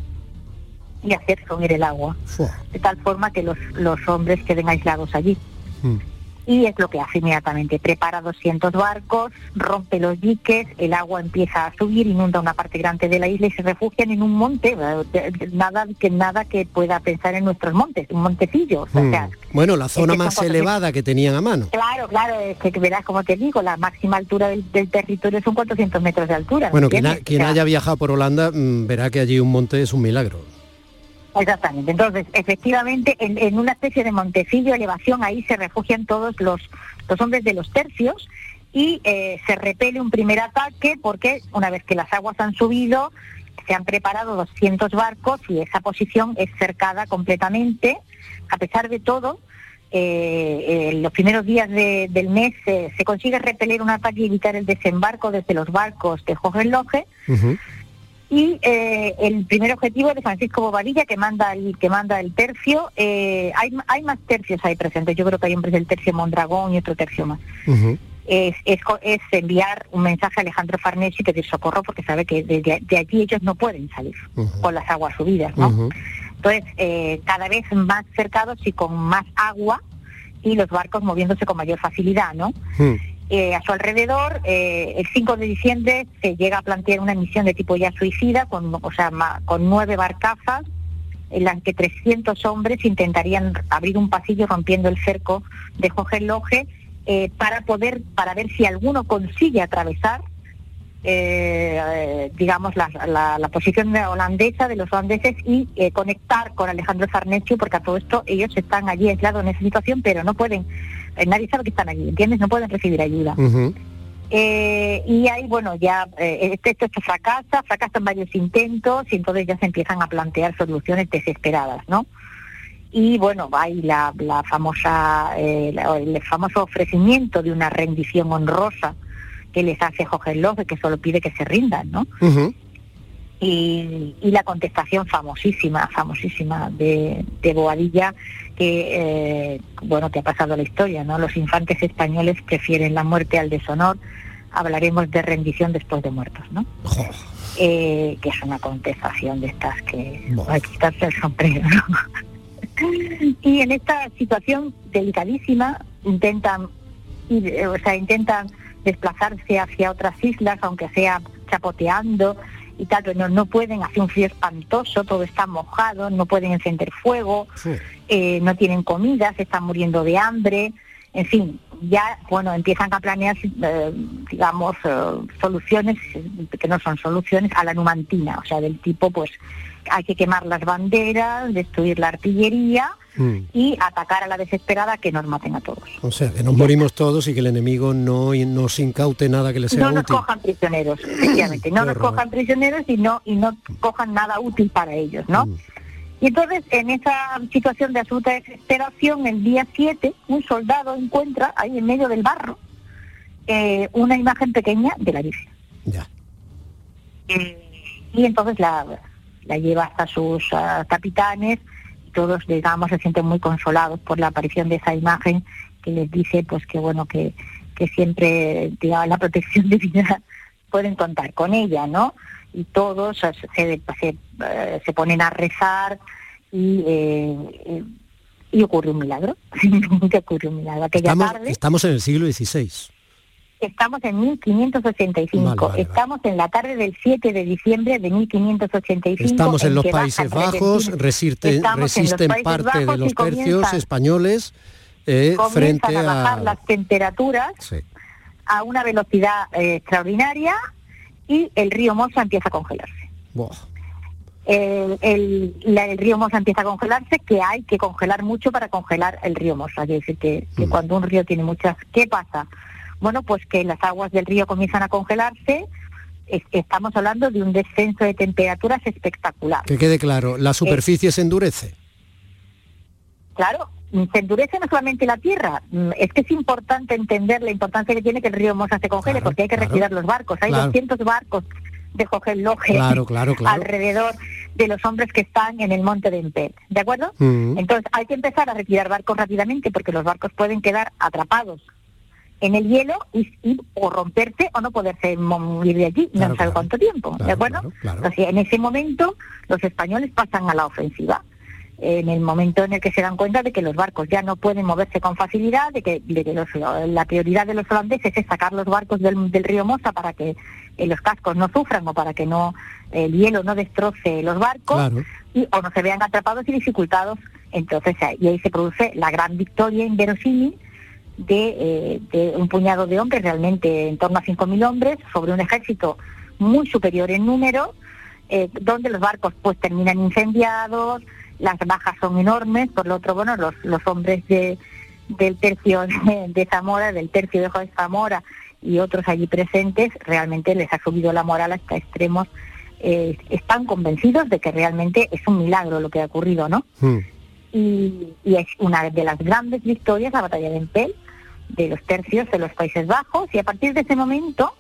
y hacer subir el agua, sí. de tal forma que los, los hombres queden aislados allí. Mm. Y es lo que hace inmediatamente, prepara doscientos barcos, rompe los diques, el agua empieza a subir, inunda una parte grande de la isla y se refugian en un monte, nada que nada que pueda pensar en nuestros montes, un montecillo. Mm. O sea, bueno, la zona es que más elevada de... que tenían a mano. Claro, claro, es que verás, como te digo, la máxima altura del, del territorio son cuatrocientos metros de altura. Bueno, quien, ha, quien o sea, haya viajado por Holanda mmm, verá que allí un monte es un milagro. Exactamente. Entonces, efectivamente, en, en una especie de montecillo, elevación, ahí se refugian todos los, los hombres de los tercios y eh, se repele un primer ataque porque una vez que las aguas han subido, se han preparado doscientos barcos y esa posición es cercada completamente. A pesar de todo, eh, eh, los primeros días de, del mes eh, se consigue repeler un ataque y evitar el desembarco desde los barcos de Hohenlohe. Uh-huh. Y eh, el primer objetivo de Francisco Bobadilla, que manda el que manda el tercio, eh, hay hay más tercios ahí presentes. Yo creo que hay hombres del tercio Mondragón y otro tercio más. Uh-huh. Es, es, es enviar un mensaje a Alejandro Farnese y pedir socorro porque sabe que de, de allí ellos no pueden salir uh-huh. con las aguas subidas, ¿no? Uh-huh. Entonces, eh, cada vez más cercados y con más agua y los barcos moviéndose con mayor facilidad, ¿no? Uh-huh. Eh, a su alrededor, eh, el cinco de diciembre se llega a plantear una misión de tipo ya suicida, con, o sea, ma, con nueve barcazas, en las que trescientos hombres intentarían abrir un pasillo rompiendo el cerco de Hohenlohe eh, para poder, para ver si alguno consigue atravesar, eh, eh, digamos, la, la, la posición holandesa de los holandeses y eh, conectar con Alejandro Farnese, porque a todo esto ellos están allí aislados en esa situación, pero no pueden. Nadie sabe que están allí, ¿entiendes? No pueden recibir ayuda. Uh-huh. Eh, y ahí, bueno, ya eh, esto, esto fracasa, fracasan varios intentos y entonces ya se empiezan a plantear soluciones desesperadas, ¿no? Y bueno, hay la, la famosa, eh, la, el famoso ofrecimiento de una rendición honrosa que les hace Hohenlohe, que solo pide que se rindan, ¿no? Uh-huh. Y, y la contestación famosísima, famosísima de, de Boadilla, que eh, bueno, que ha pasado a la historia, ¿no? Los infantes españoles prefieren la muerte al deshonor. Hablaremos de rendición después de muertos, ¿no? Oh. Eh, que es una contestación de estas que oh. hay que quitarse el sombrero, ¿no? Y en esta situación delicadísima intentan ir, o sea, intentan desplazarse hacia otras islas, aunque sea chapoteando y tal, pero no, no pueden, hace un frío espantoso, todo está mojado, no pueden encender fuego, sí. eh, no tienen comida, se están muriendo de hambre, en fin, ya, bueno, empiezan a planear, eh, digamos, eh, soluciones que no son soluciones a la numantina, o sea, del tipo, pues, hay que quemar las banderas, destruir la artillería mm. y atacar a la desesperada, que nos maten a todos. O sea, que nos ya morimos está. todos y que el enemigo no nos incaute nada que les sea no útil. No nos cojan prisioneros, efectivamente, no nos cojan prisioneros y no, y no cojan nada útil para ellos, ¿no? Mm. Y entonces, en esa situación de absoluta desesperación, el día siete, un soldado encuentra ahí en medio del barro eh, una imagen pequeña de la Virgen. Ya. Eh, y entonces la... la lleva hasta sus uh, capitanes, y todos, digamos, se sienten muy consolados por la aparición de esa imagen que les dice, pues, que bueno, que, que siempre, digamos, la protección divina pueden contar con ella, ¿no? Y todos se, se, se, uh, se ponen a rezar y, eh, y ocurre un milagro, simplemente ocurre un milagro. Aquella Estamos, tarde, estamos en el siglo dieciséis. estamos en mil quinientos ochenta y cinco, Vale, vale, estamos en la tarde del siete de diciembre de mil quinientos ochenta y cinco. Estamos en, en los que Países bajan Bajos, repentinos- resisten, estamos en los resisten Países parte Bajos de los y tercios comienzan- españoles eh, comienzan frente a bajar a... las temperaturas Sí. a una velocidad eh, extraordinaria y el río Mosa empieza a congelarse. Buah. El, el, la- el río Mosa empieza a congelarse, que hay que congelar mucho para congelar el río Mosa. Es decir, que, que Mm. cuando un río tiene muchas... ¿Qué pasa? Bueno, pues que las aguas del río comienzan a congelarse. Es- estamos hablando de un descenso de temperaturas espectacular. Que quede claro, la superficie se endurece. Claro, se endurece no solamente la tierra, mm, es que es importante entender la importancia que tiene que el río Mosa se congele, Claro, porque hay que claro. retirar los barcos. Hay Claro. doscientos barcos de Hohenlohe Claro, claro, claro. alrededor de los hombres que están en el monte de Empel, ¿de acuerdo? Mm. Entonces hay que empezar a retirar barcos rápidamente porque los barcos pueden quedar atrapados en el hielo y, y o romperse o no poderse mover de allí, Claro, no sabe claro. cuánto tiempo, ¿de Claro, acuerdo? claro, claro. Entonces en ese momento los españoles pasan a la ofensiva. En el momento en el que se dan cuenta de que los barcos ya no pueden moverse con facilidad, de que, de que los- la prioridad de los holandeses es sacar los barcos del, del río Mosa para que eh, los cascos no sufran o para que no el hielo no destroce los barcos, Claro. y, o no se vean atrapados y dificultados. Entonces ahí- y ahí se produce la gran victoria inverosímil de, eh, de un puñado de hombres, realmente en torno a cinco mil hombres, sobre un ejército muy superior en número, eh, donde los barcos pues terminan incendiados, las bajas son enormes. Por lo otro, bueno, los, los hombres de, del tercio de, de Zamora, del tercio de José Zamora y otros allí presentes, realmente les ha subido la moral hasta extremos. Eh, están convencidos de que realmente es un milagro lo que ha ocurrido, ¿no? Mm. Y, y es una de las grandes victorias, la batalla de Empel, de los tercios de los Países Bajos, y a partir de ese momento,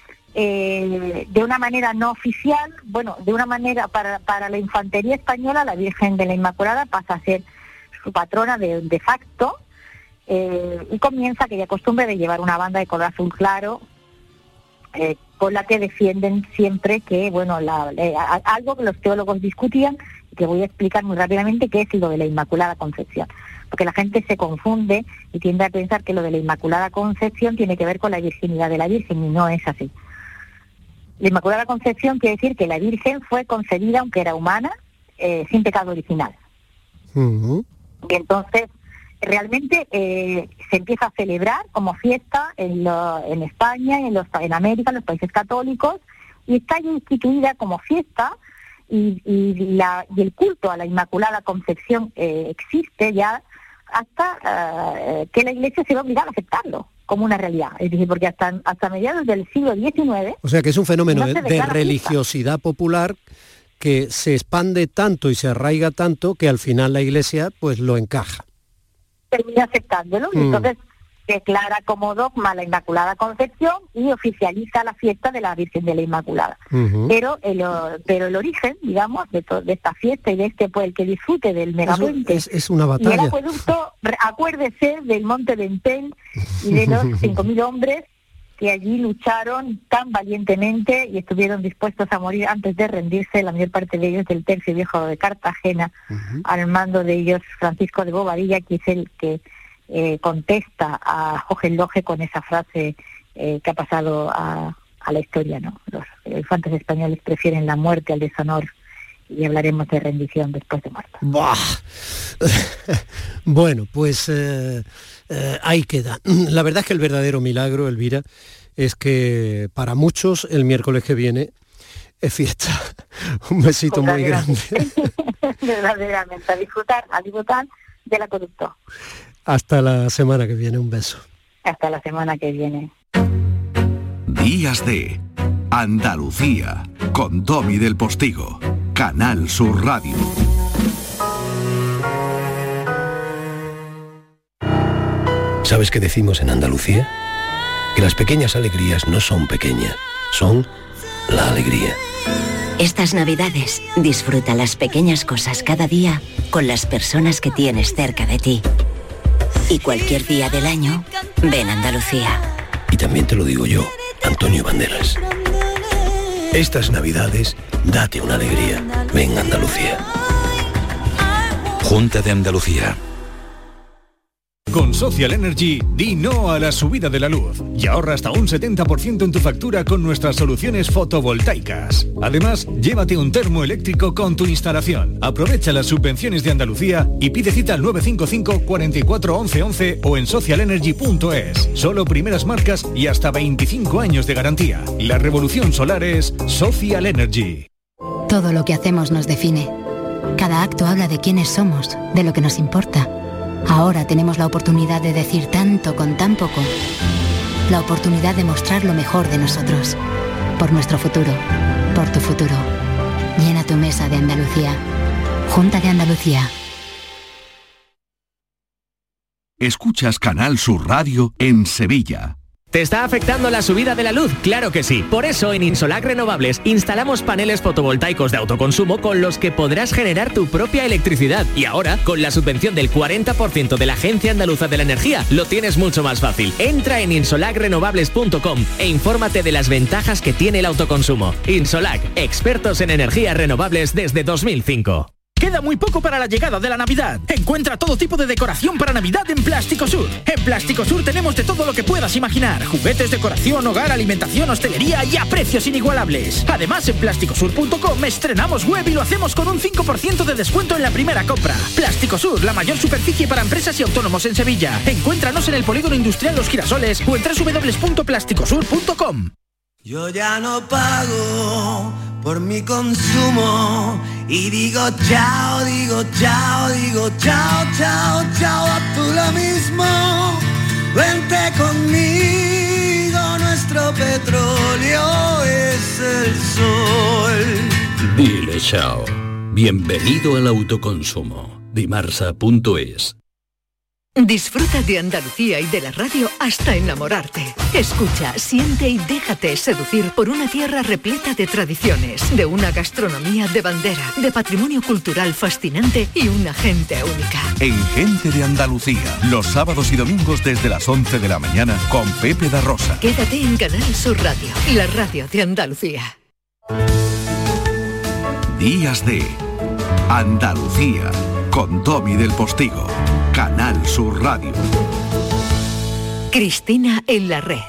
eh, de una manera no oficial, bueno, de una manera para, para la infantería española, la Virgen de la Inmaculada pasa a ser su patrona de, de facto, eh, y comienza aquella costumbre de llevar una banda de color azul claro, eh, con la que defienden siempre que, bueno, la, eh, a- algo que los teólogos discutían, y que voy a explicar muy rápidamente, que es lo de la Inmaculada Concepción. Porque la gente se confunde y tiende a pensar que lo de la Inmaculada Concepción tiene que ver con la virginidad de la Virgen, y no es así. La Inmaculada Concepción quiere decir que la Virgen fue concebida, aunque era humana, eh, sin pecado original. Mm. Y entonces realmente eh, se empieza a celebrar como fiesta en, lo- en España, en, los, en América, en los países católicos, y está ya instituida como fiesta, y, y, la, y el culto a la Inmaculada Concepción eh, existe ya hasta eh, que la Iglesia se va a obligar a aceptarlo como una realidad. Es decir, porque hasta, hasta mediados del siglo diecinueve... O sea que es un fenómeno no de, se de declara religiosidad popular que se expande tanto y se arraiga tanto que al final la Iglesia pues lo encaja. termina aceptándolo, y Mm. entonces declara como dogma la Inmaculada Concepción y oficializa la fiesta de la Virgen de la Inmaculada. Ujú. Pero el, o- pero el origen, digamos, de, to- de esta fiesta y de este, pues, el que disfrute del megapuente Es, es una y el batalla. acueducto, re- acuérdese del monte de Empel y de los cinco mil hombres que allí lucharon tan valientemente y estuvieron dispuestos a morir antes de rendirse, la mayor parte de ellos del tercio viejo de Cartagena, al mando de ellos Francisco de Bobadilla, que es el que eh, contesta a Hohenlohe con esa frase eh, que ha pasado a, a la historia, ¿no? Los infantes españoles prefieren la muerte al deshonor, y hablaremos de rendición después de muerto. Buah. Bueno, pues eh, eh, ahí queda. La verdad es que el verdadero milagro, Elvira, es que para muchos el miércoles que viene es fiesta. Un besito muy grande. Verdaderamente, a disfrutar, a disfrutar del acueducto. Hasta la semana que viene. Un beso. Hasta la semana que viene. Días de Andalucía con Domi del Postigo, Canal Sur Radio. ¿Sabes qué decimos en Andalucía? Que las pequeñas alegrías no son pequeñas, son la alegría. Estas Navidades, disfruta las pequeñas cosas cada día con las personas que tienes cerca de ti. Y cualquier día del año, ven a Andalucía. Y también te lo digo yo, Antonio Banderas. Estas Navidades, date una alegría. Ven a Andalucía. Junta de Andalucía. Con Social Energy, di no a la subida de la luz y ahorra hasta un setenta por ciento en tu factura con nuestras soluciones fotovoltaicas. Además, llévate un termo eléctrico con tu instalación. Aprovecha las subvenciones de Andalucía y pide cita al nueve cinco cinco, cuatro cuatro, once once o en social energy punto es. Solo primeras marcas y hasta veinticinco años de garantía. La revolución solar es Social Energy. Todo lo que hacemos nos define. Cada acto habla de quiénes somos, de lo que nos importa. Ahora tenemos la oportunidad de decir tanto con tan poco. La oportunidad de mostrar lo mejor de nosotros. Por nuestro futuro. Por tu futuro. Llena tu mesa de Andalucía. Junta de Andalucía. Escuchas Canal Sur Radio en Sevilla. ¿Te está afectando la subida de la luz? Claro que sí. Por eso en Insolac Renovables instalamos paneles fotovoltaicos de autoconsumo con los que podrás generar tu propia electricidad. Y ahora, con la subvención del cuarenta por ciento de la Agencia Andaluza de la Energía, lo tienes mucho más fácil. Entra en insolac renovables punto com e infórmate de las ventajas que tiene el autoconsumo. Insolac, expertos en energías renovables desde dos mil cinco. Queda muy poco para la llegada de la Navidad. Encuentra todo tipo de decoración para Navidad en Plástico Sur. En Plástico Sur tenemos de todo lo que puedas imaginar. Juguetes, decoración, hogar, alimentación, hostelería y a precios inigualables. Además, en plásticos sur punto com estrenamos web y lo hacemos con un cinco por ciento de descuento en la primera compra. Plástico Sur, la mayor superficie para empresas y autónomos en Sevilla. Encuéntranos en el Polígono Industrial Los Girasoles o en doble u doble u doble u punto plástico sur punto com. Yo ya no pago por mi consumo y digo chao, digo chao, digo chao, chao, chao, a tú lo mismo. Vente conmigo, nuestro petróleo es el sol. Dile chao. Bienvenido al autoconsumo. Dimarsa punto es. Disfruta de Andalucía y de la radio hasta enamorarte. Escucha, siente y déjate seducir por una tierra repleta de tradiciones, de una gastronomía de bandera, de patrimonio cultural fascinante y una gente única. En Gente de Andalucía, los sábados y domingos desde las once de la mañana con Pepe da Rosa. Quédate en Canal Sur Radio, la radio de Andalucía. Días de Andalucía con Tommy del Postigo. Canal Sur Radio. Cristina en la red.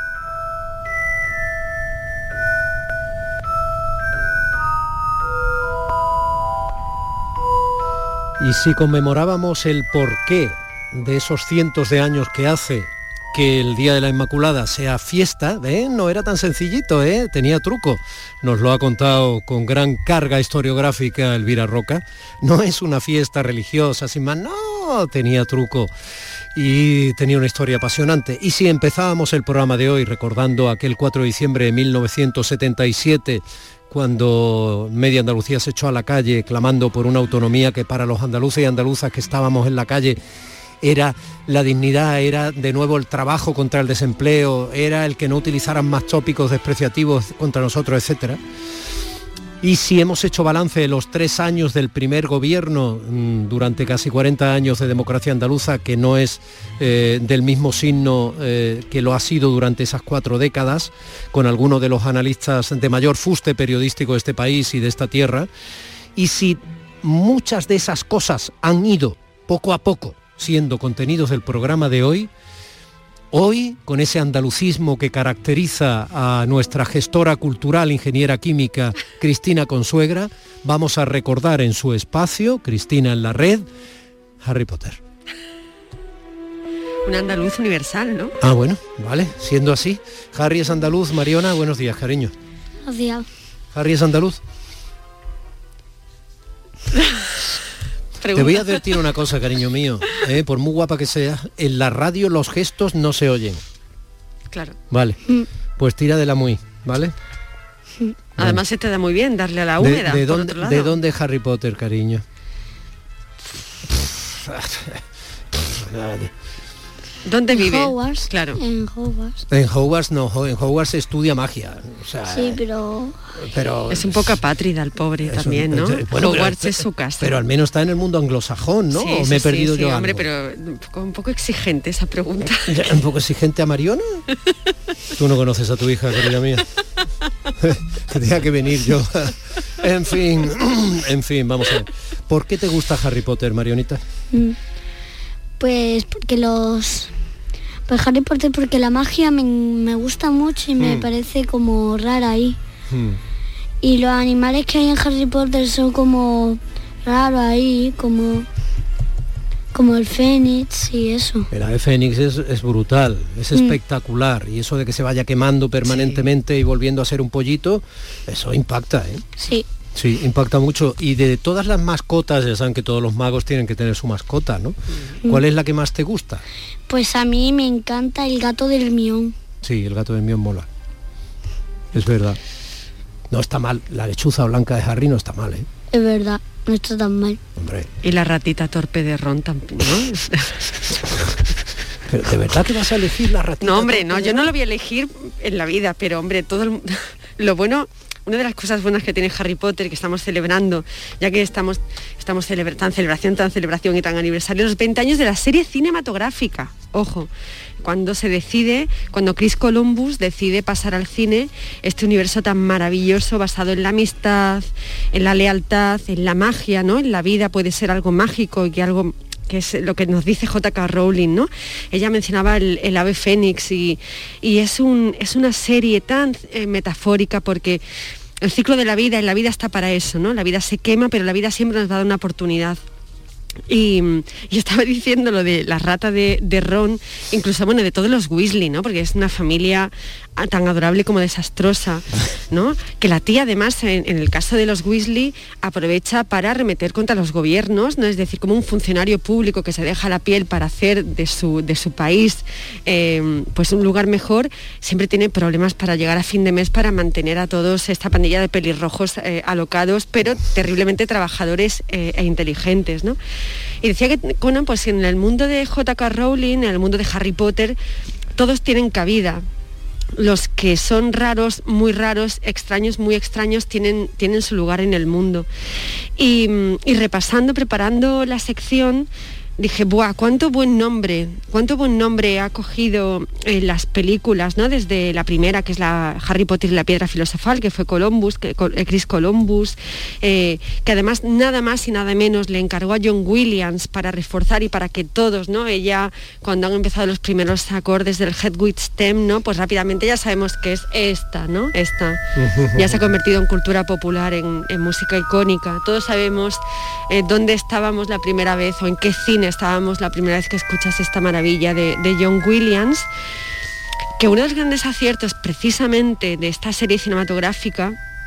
Y si conmemorábamos el porqué de esos cientos de años que hace que el Día de la Inmaculada sea fiesta, ¿eh? No era tan sencillito, ¿eh? Tenía truco. Nos lo ha contado con gran carga historiográfica Elvira Roca. No es una fiesta religiosa, sin más, no, tenía truco y tenía una historia apasionante. Y si empezábamos el programa de hoy recordando aquel cuatro de diciembre de mil novecientos setenta y siete, cuando media Andalucía se echó a la calle clamando por una autonomía que para los andaluces y andaluzas que estábamos en la calle era la dignidad, era de nuevo el trabajo contra el desempleo, era el que no utilizaran más tópicos despreciativos contra nosotros, etcétera. Y si hemos hecho balance de los tres años del primer gobierno mmm, durante casi cuarenta años de democracia andaluza, que no es eh, del mismo signo eh, que lo ha sido durante esas cuatro décadas, con algunos de los analistas de mayor fuste periodístico de este país y de esta tierra, y si muchas de esas cosas han ido poco a poco siendo contenidos del programa de hoy, hoy, con ese andalucismo que caracteriza a nuestra gestora cultural, ingeniera química, Cristina Consuegra, vamos a recordar en su espacio, Cristina en la red, Harry Potter. Un andaluz universal, ¿no? Ah, bueno, vale, siendo así. Harry es andaluz. Mariona, buenos días, cariño. Buenos días. Harry es andaluz. Te voy a advertir una cosa, cariño mío, ¿eh? Por muy guapa que seas, en la radio los gestos no se oyen. Claro. Vale, pues tira de la muy, ¿vale? Además bueno. Se te da muy bien darle a la húmeda. ¿De, de, dónde, ¿de dónde es Harry Potter, cariño? ¿Dónde vive? En Hogwarts. Claro. En Hogwarts. En Hogwarts no, en Hogwarts se estudia magia. O sea, sí, pero... pero... Es un poco apátrida el pobre también, un, ¿no? Bueno, Hogwarts pero, es su casa. Pero al menos está en el mundo anglosajón, ¿no? Sí, ¿O sí, me he perdido sí, yo sí, algo? Hombre, pero un poco, un poco exigente esa pregunta. ¿Un poco exigente a Mariona? Tú no conoces a tu hija, querida mía. Tenía que venir yo. En fin, en fin, vamos a ver. ¿Por qué te gusta Harry Potter, Marionita? Mm. Pues porque porque los... Pues Harry Potter porque la magia me, me gusta mucho y me Mm. parece como rara ahí. Mm. Y los animales que hay en Harry Potter son como raros ahí, como... Como el Fénix y eso. El ave fénix es, es brutal, es Mm. espectacular. Y eso de que se vaya quemando permanentemente y volviendo a ser un pollito, eso impacta, ¿eh? Sí. Sí, impacta mucho. Y de todas las mascotas, ya saben que todos los magos tienen que tener su mascota, ¿no? Mm. ¿Cuál es la que más te gusta? Pues a mí me encanta el gato de Hermione. Sí, el gato de Hermione mola. Es verdad. No está mal. La lechuza blanca de Harry no está mal, ¿eh? Es verdad, no está tan mal. Hombre. Y la ratita torpe de Ron también, ¿no? Pero ¿de verdad que vas a elegir la ratita? No, hombre, no, yo no lo voy a elegir en la vida, pero hombre, todo el, mu- lo bueno, una de las cosas buenas que tiene Harry Potter, que estamos celebrando, ya que estamos, estamos celebra- tan celebración, tan celebración y tan aniversario, los veinte años de la serie cinematográfica. Ojo, cuando se decide, cuando Chris Columbus decide pasar al cine este universo tan maravilloso basado en la amistad, en la lealtad, en la magia, ¿no? En la vida puede ser algo mágico y que algo que es lo que nos dice J K Rowling, ¿no? Ella mencionaba el, el ave fénix y, y es, un, es una serie tan eh, metafórica porque el ciclo de la vida, y la vida está para eso, ¿no? La vida se quema, pero la vida siempre nos va a dar una oportunidad. Y, y estaba diciendo lo de la rata de, de Ron, incluso bueno, de todos los Weasley, ¿no? Porque es una familia tan adorable como desastrosa, ¿no? Que la tía además, en, en el caso de los Weasley, aprovecha para arremeter contra los gobiernos, ¿no? Es decir, como un funcionario público que se deja la piel para hacer de su, de su país eh, pues un lugar mejor, siempre tiene problemas para llegar a fin de mes para mantener a todos esta pandilla de pelirrojos eh, alocados, pero terriblemente trabajadores eh, e inteligentes, ¿no? Y decía que Conan, pues en el mundo de J K Rowling, en el mundo de Harry Potter, todos tienen cabida. Los que son raros, muy raros, extraños, muy extraños, tienen, tienen su lugar en el mundo. Y, y repasando, preparando la sección, dije, ¡buah! Cuánto buen nombre, cuánto buen nombre ha cogido eh, las películas, ¿no? Desde la primera, que es la Harry Potter y la Piedra Filosofal, que fue Columbus, que, eh, Chris Columbus, eh, que además nada más y nada menos le encargó a John Williams para reforzar y para que todos, ¿no? Ella, cuando han empezado los primeros acordes del Hedwig Stem, ¿no? Pues rápidamente ya sabemos que es esta, ¿no? Esta. Ya se ha convertido en cultura popular, en, en música icónica. Todos sabemos eh, dónde estábamos la primera vez o en qué cine estábamos la primera vez que escuchas esta maravilla de, de John Williams, que uno de los grandes aciertos precisamente de esta serie cinematográfica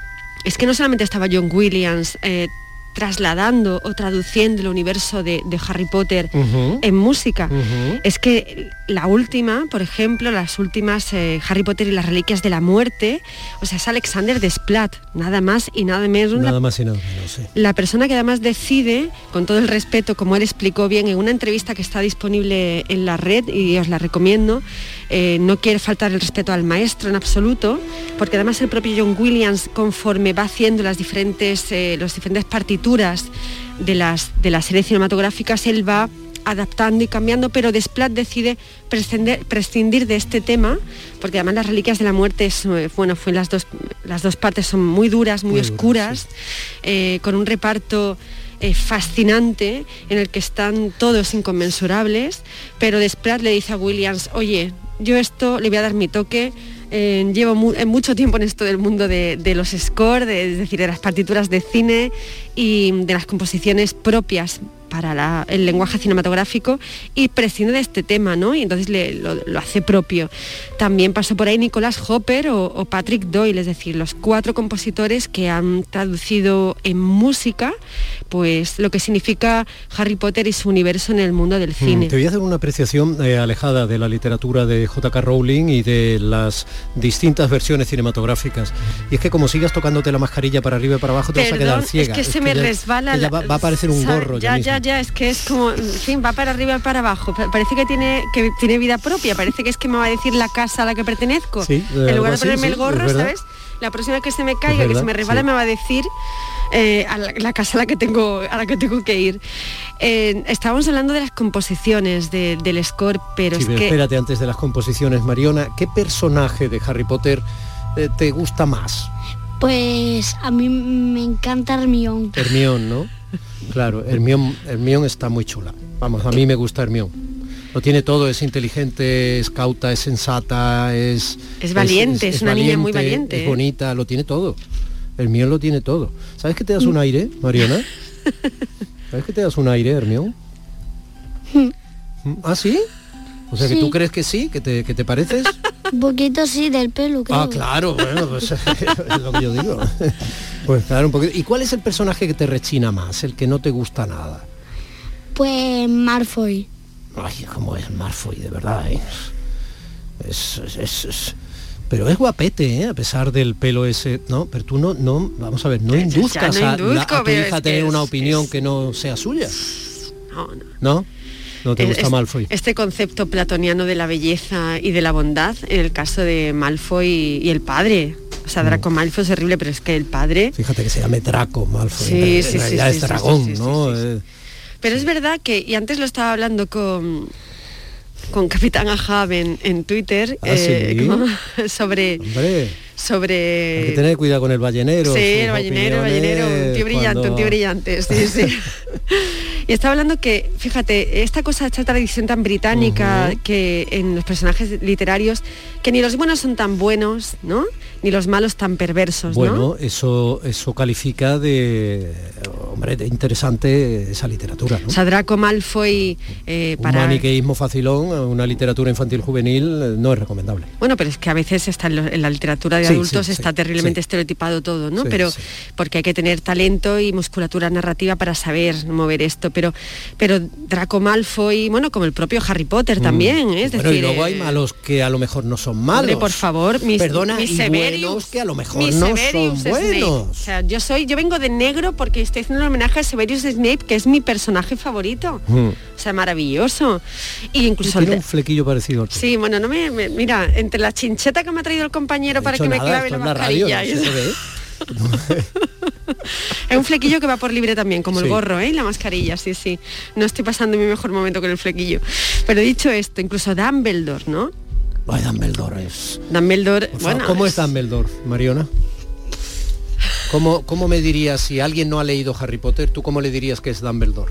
es que no solamente estaba John Williams eh, trasladando o traduciendo el universo de, de Harry Potter uh-huh. en música, uh-huh. es que la última, por ejemplo, las últimas eh, Harry Potter y las Reliquias de la Muerte, o sea, es Alexander Desplat, nada más y nada menos. Nada la, más y nada menos, sí. La persona que además decide, con todo el respeto, como él explicó bien en una entrevista que está disponible en la red y os la recomiendo, eh, no quiere faltar el respeto al maestro en absoluto, porque además el propio John Williams, conforme va haciendo las diferentes, eh, los diferentes partituras de las, de las series cinematográficas, él va adaptando y cambiando, pero Desplat decide prescindir, prescindir de este tema, porque además las Reliquias de la Muerte, es, bueno, fue las dos, las dos partes son muy duras, muy, muy oscuras, duras, sí. eh, con un reparto eh, fascinante, en el que están todos inconmensurables, pero Desplat le dice a Williams, oye, yo esto le voy a dar mi toque. Eh, llevo mu- mucho tiempo en esto del mundo de, de los score, de, es decir, de las partituras de cine y de las composiciones propias para la, el lenguaje cinematográfico, y prescinde de este tema, ¿no? Y entonces le, lo, lo hace propio. También pasó por ahí Nicholas Hopper o, o Patrick Doyle, es decir, los cuatro compositores que han traducido en música pues lo que significa Harry Potter y su universo en el mundo del cine. Mm, te voy a hacer una apreciación eh, alejada de la literatura de J K Rowling y de las distintas versiones cinematográficas. Y es que como sigas tocándote la mascarilla para arriba y para abajo, te Perdón, vas a quedar ciega. es que es se que me ya, resbala que ya va, va a parecer un ¿sabe? gorro ya, ya, ya, ya, es que es como, en fin, va para arriba y para abajo. Parece que tiene, que tiene vida propia, parece que es que me va a decir la casa a la que pertenezco. Sí, en lugar de así, ponerme sí, el gorro, ¿sabes? La próxima que se me caiga, verdad, que se me resbala, sí. me va a decir eh, a la, la casa a la que tengo, a la que tengo que ir. Eh, estábamos hablando de las composiciones de, del score, pero sí, es pero que... espérate, antes de las composiciones, Mariona, ¿qué personaje de Harry Potter eh, te gusta más? Pues a mí me encanta Hermione. Hermione, ¿no? Claro, Hermione, Hermione está muy chula. Vamos, a mí me gusta Hermione. Lo tiene todo, es inteligente, es cauta, es sensata, es... Es valiente, es, es, es una valiente, niña muy valiente. Es ¿eh? bonita, lo tiene todo. El mío lo tiene todo. ¿Sabes que te das un aire, Mariona? ¿Sabes que te das un aire, Hermión? ¿Ah, sí? O sea, sí. que tú crees que sí, que te, que te pareces. Un poquito sí, del pelo, creo. Ah, claro, bueno, pues es lo que yo digo. Pues claro, un poquito. ¿Y cuál es el personaje que te rechina más, el que no te gusta nada? Pues Malfoy. Ay, cómo es Malfoy, de verdad, ¿eh? Es, es, es, es... Pero es guapete, ¿eh? A pesar del pelo ese, ¿no? Pero tú no, no, vamos a ver, no induzcas no induzco, a, la, a tu hija a tener una es, opinión es... que no sea suya. No, no. ¿No? ¿No te gusta es, Malfoy? Este concepto platoniano de la belleza y de la bondad, en el caso de Malfoy y, y el padre. O sea, Draco mm. Malfoy es horrible, pero es que el padre... Fíjate que se llame Draco Malfoy, sí, en sí, realidad sí, es sí, dragón, sí, sí, ¿no? Sí, sí, sí. Pero es verdad que, y antes lo estaba hablando con... con Capitán Ahab en, en Twitter, ¿Ah, eh, sí? como, sobre... Hombre, sobre... hay que tener cuidado con el ballenero. Sí, el ballenero, el ballenero, un tío brillante, cuando... un tío brillante, sí, sí. Y estaba hablando que, fíjate, esta cosa, esta tradición tan británica uh-huh. que en los personajes literarios, que ni los buenos son tan buenos, ¿no? Ni los malos tan perversos, bueno, ¿no? Bueno, eso, eso califica de, hombre, de interesante esa literatura, ¿no? O sea, Draco Malfoy eh, para... Un maniqueísmo facilón, una literatura infantil juvenil, no es recomendable. Bueno, pero es que a veces está en, lo, en la literatura de sí, adultos sí, está sí, terriblemente sí. estereotipado todo, ¿no? Sí, pero sí. porque hay que tener talento y musculatura narrativa para saber mover esto. Pero, pero Draco Malfoy, bueno, como el propio Harry Potter mm. también, ¿eh? Es bueno, decir, y luego eh, hay malos que a lo mejor no son malos. Hombre, por favor, mis, Perdona, mis y Severius, buenos que a lo mejor mis no Severius son buenos. Snape. O sea, yo soy, yo vengo de negro porque estoy haciendo un homenaje a Severius Snape, que es mi personaje favorito. Mm. O sea, maravilloso. Y incluso tiene un flequillo parecido al sí, bueno, no me, me mira, entre la chincheta que me ha traído el compañero para que nada, me clave la mascarilla. Radio, no se ve. Es un flequillo que va por libre también, como sí. el gorro, ¿eh? Y la mascarilla, sí, sí. No estoy pasando mi mejor momento con el flequillo. Pero dicho esto, incluso Dumbledore, ¿no? Ay, Dumbledore es... Dumbledore, o sea, bueno... ¿Cómo es... es Dumbledore, Mariona? ¿Cómo, ¿Cómo me dirías, si alguien no ha leído Harry Potter, tú cómo le dirías que es Dumbledore?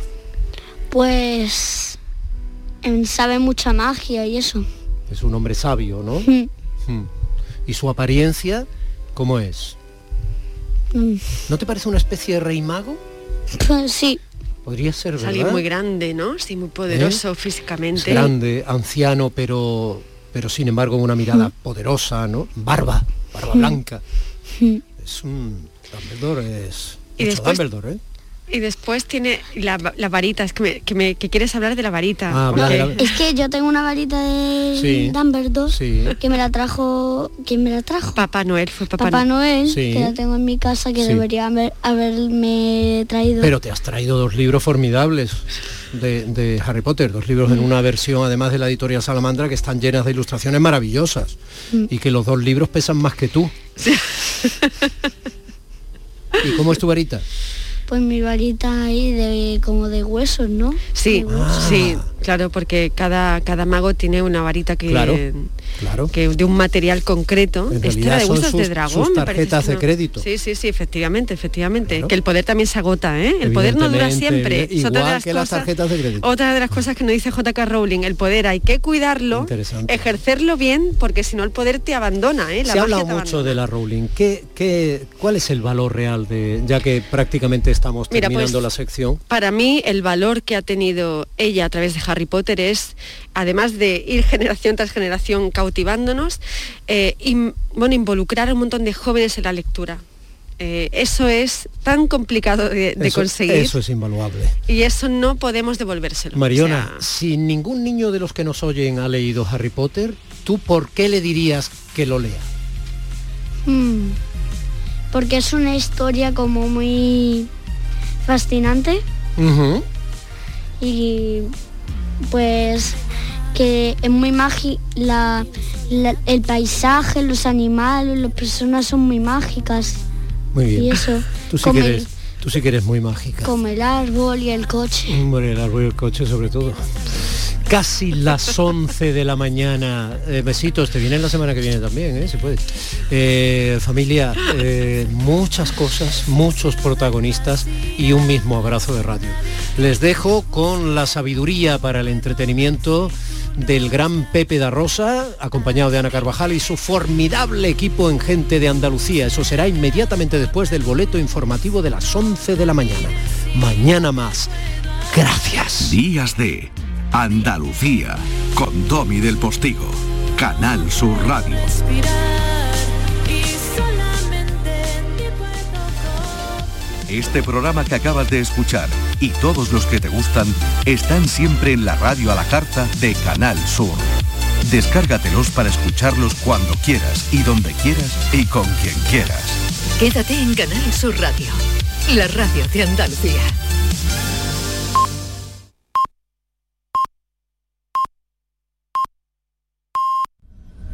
Pues... sabe mucha magia y eso. Es un hombre sabio, ¿no? Mm. Mm. ¿Y su apariencia cómo es? Mm. ¿No te parece una especie de rey mago? Pues sí. Podría ser, ¿verdad? Es alguien muy grande, ¿no? Sí, muy poderoso ¿Eh? físicamente. Es grande, anciano, pero, pero sin embargo una mirada mm. poderosa, ¿no? Barba, barba mm. blanca. Mm. Es un... Dumbledore es... Y después... Dumbledore, ¿eh? Y después tiene la, la varita, es que, me, que, me, que quieres hablar de la varita. Ah, porque... habla, es que yo tengo una varita de sí, Dumbledore sí. que me la trajo, ¿quién me la trajo? Papá Noel, fue Papá, Papá Noel, Noel sí. que la tengo en mi casa, que sí. debería haber, haberme traído. Pero te has traído dos libros formidables de, de Harry Potter, dos libros mm. en una versión además de la editorial Salamandra que están llenas de ilustraciones maravillosas mm. y que los dos libros pesan más que tú. Sí. ¿Y cómo es tu varita? Pues mi varita ahí de como de huesos, ¿no? Sí, huesos. Ah. sí, claro, porque cada, cada mago tiene una varita que, claro, claro. que de un material concreto. Esta era de huesos sus, de dragón, sus me parece. tarjetas de crédito. Sí, sí, sí, efectivamente, efectivamente. Claro. Que el poder también se agota, ¿eh? El poder no dura siempre. Igual es otra de las que cosas, las tarjetas de crédito. Otra de las cosas que nos dice J K Rowling, el poder hay que cuidarlo, ejercerlo bien, porque si no el poder te abandona, ¿eh? La se habla te mucho abandona. de la Rowling. ¿Qué, qué, ¿Cuál es el valor real de, ya que prácticamente estamos Mira, terminando pues, la sección? Para mí el valor que ha tenido ella a través de Harry Potter es, además de ir generación tras generación cautivándonos, eh, in, bueno, involucrar a un montón de jóvenes en la lectura. Eh, eso es tan complicado de, de eso, conseguir. Eso es invaluable. Y eso no podemos devolvérselo. Mariona, o sea, si ningún niño de los que nos oyen ha leído Harry Potter, ¿tú por qué le dirías que lo lea? Hmm, porque es una historia como muy fascinante. Uh-huh. Y pues que es muy mágico, la, la, el paisaje, los animales, las personas son muy mágicas. Muy bien. Y eso. Tú sí, que eres, tú sí que eres muy mágica. Como el árbol y el coche. Hombre, el árbol y el coche sobre todo. Casi las once de la mañana. Eh, besitos, te vienen la semana que viene también, ¿eh? Si puedes. Eh, familia, eh, muchas cosas, muchos protagonistas y un mismo abrazo de radio. Les dejo con la sabiduría para el entretenimiento del gran Pepe da Rosa, acompañado de Ana Carvajal y su formidable equipo en Gente de Andalucía. Eso será inmediatamente después del boleto informativo de las once de la mañana. Mañana más. Gracias. Días de Andalucía con Domi del Postigo. Canal Sur Radio. Este programa que acabas de escuchar y todos los que te gustan están siempre en la radio a la carta de Canal Sur. Descárgatelos para escucharlos cuando quieras y donde quieras y con quien quieras. Quédate en Canal Sur Radio, la radio de Andalucía.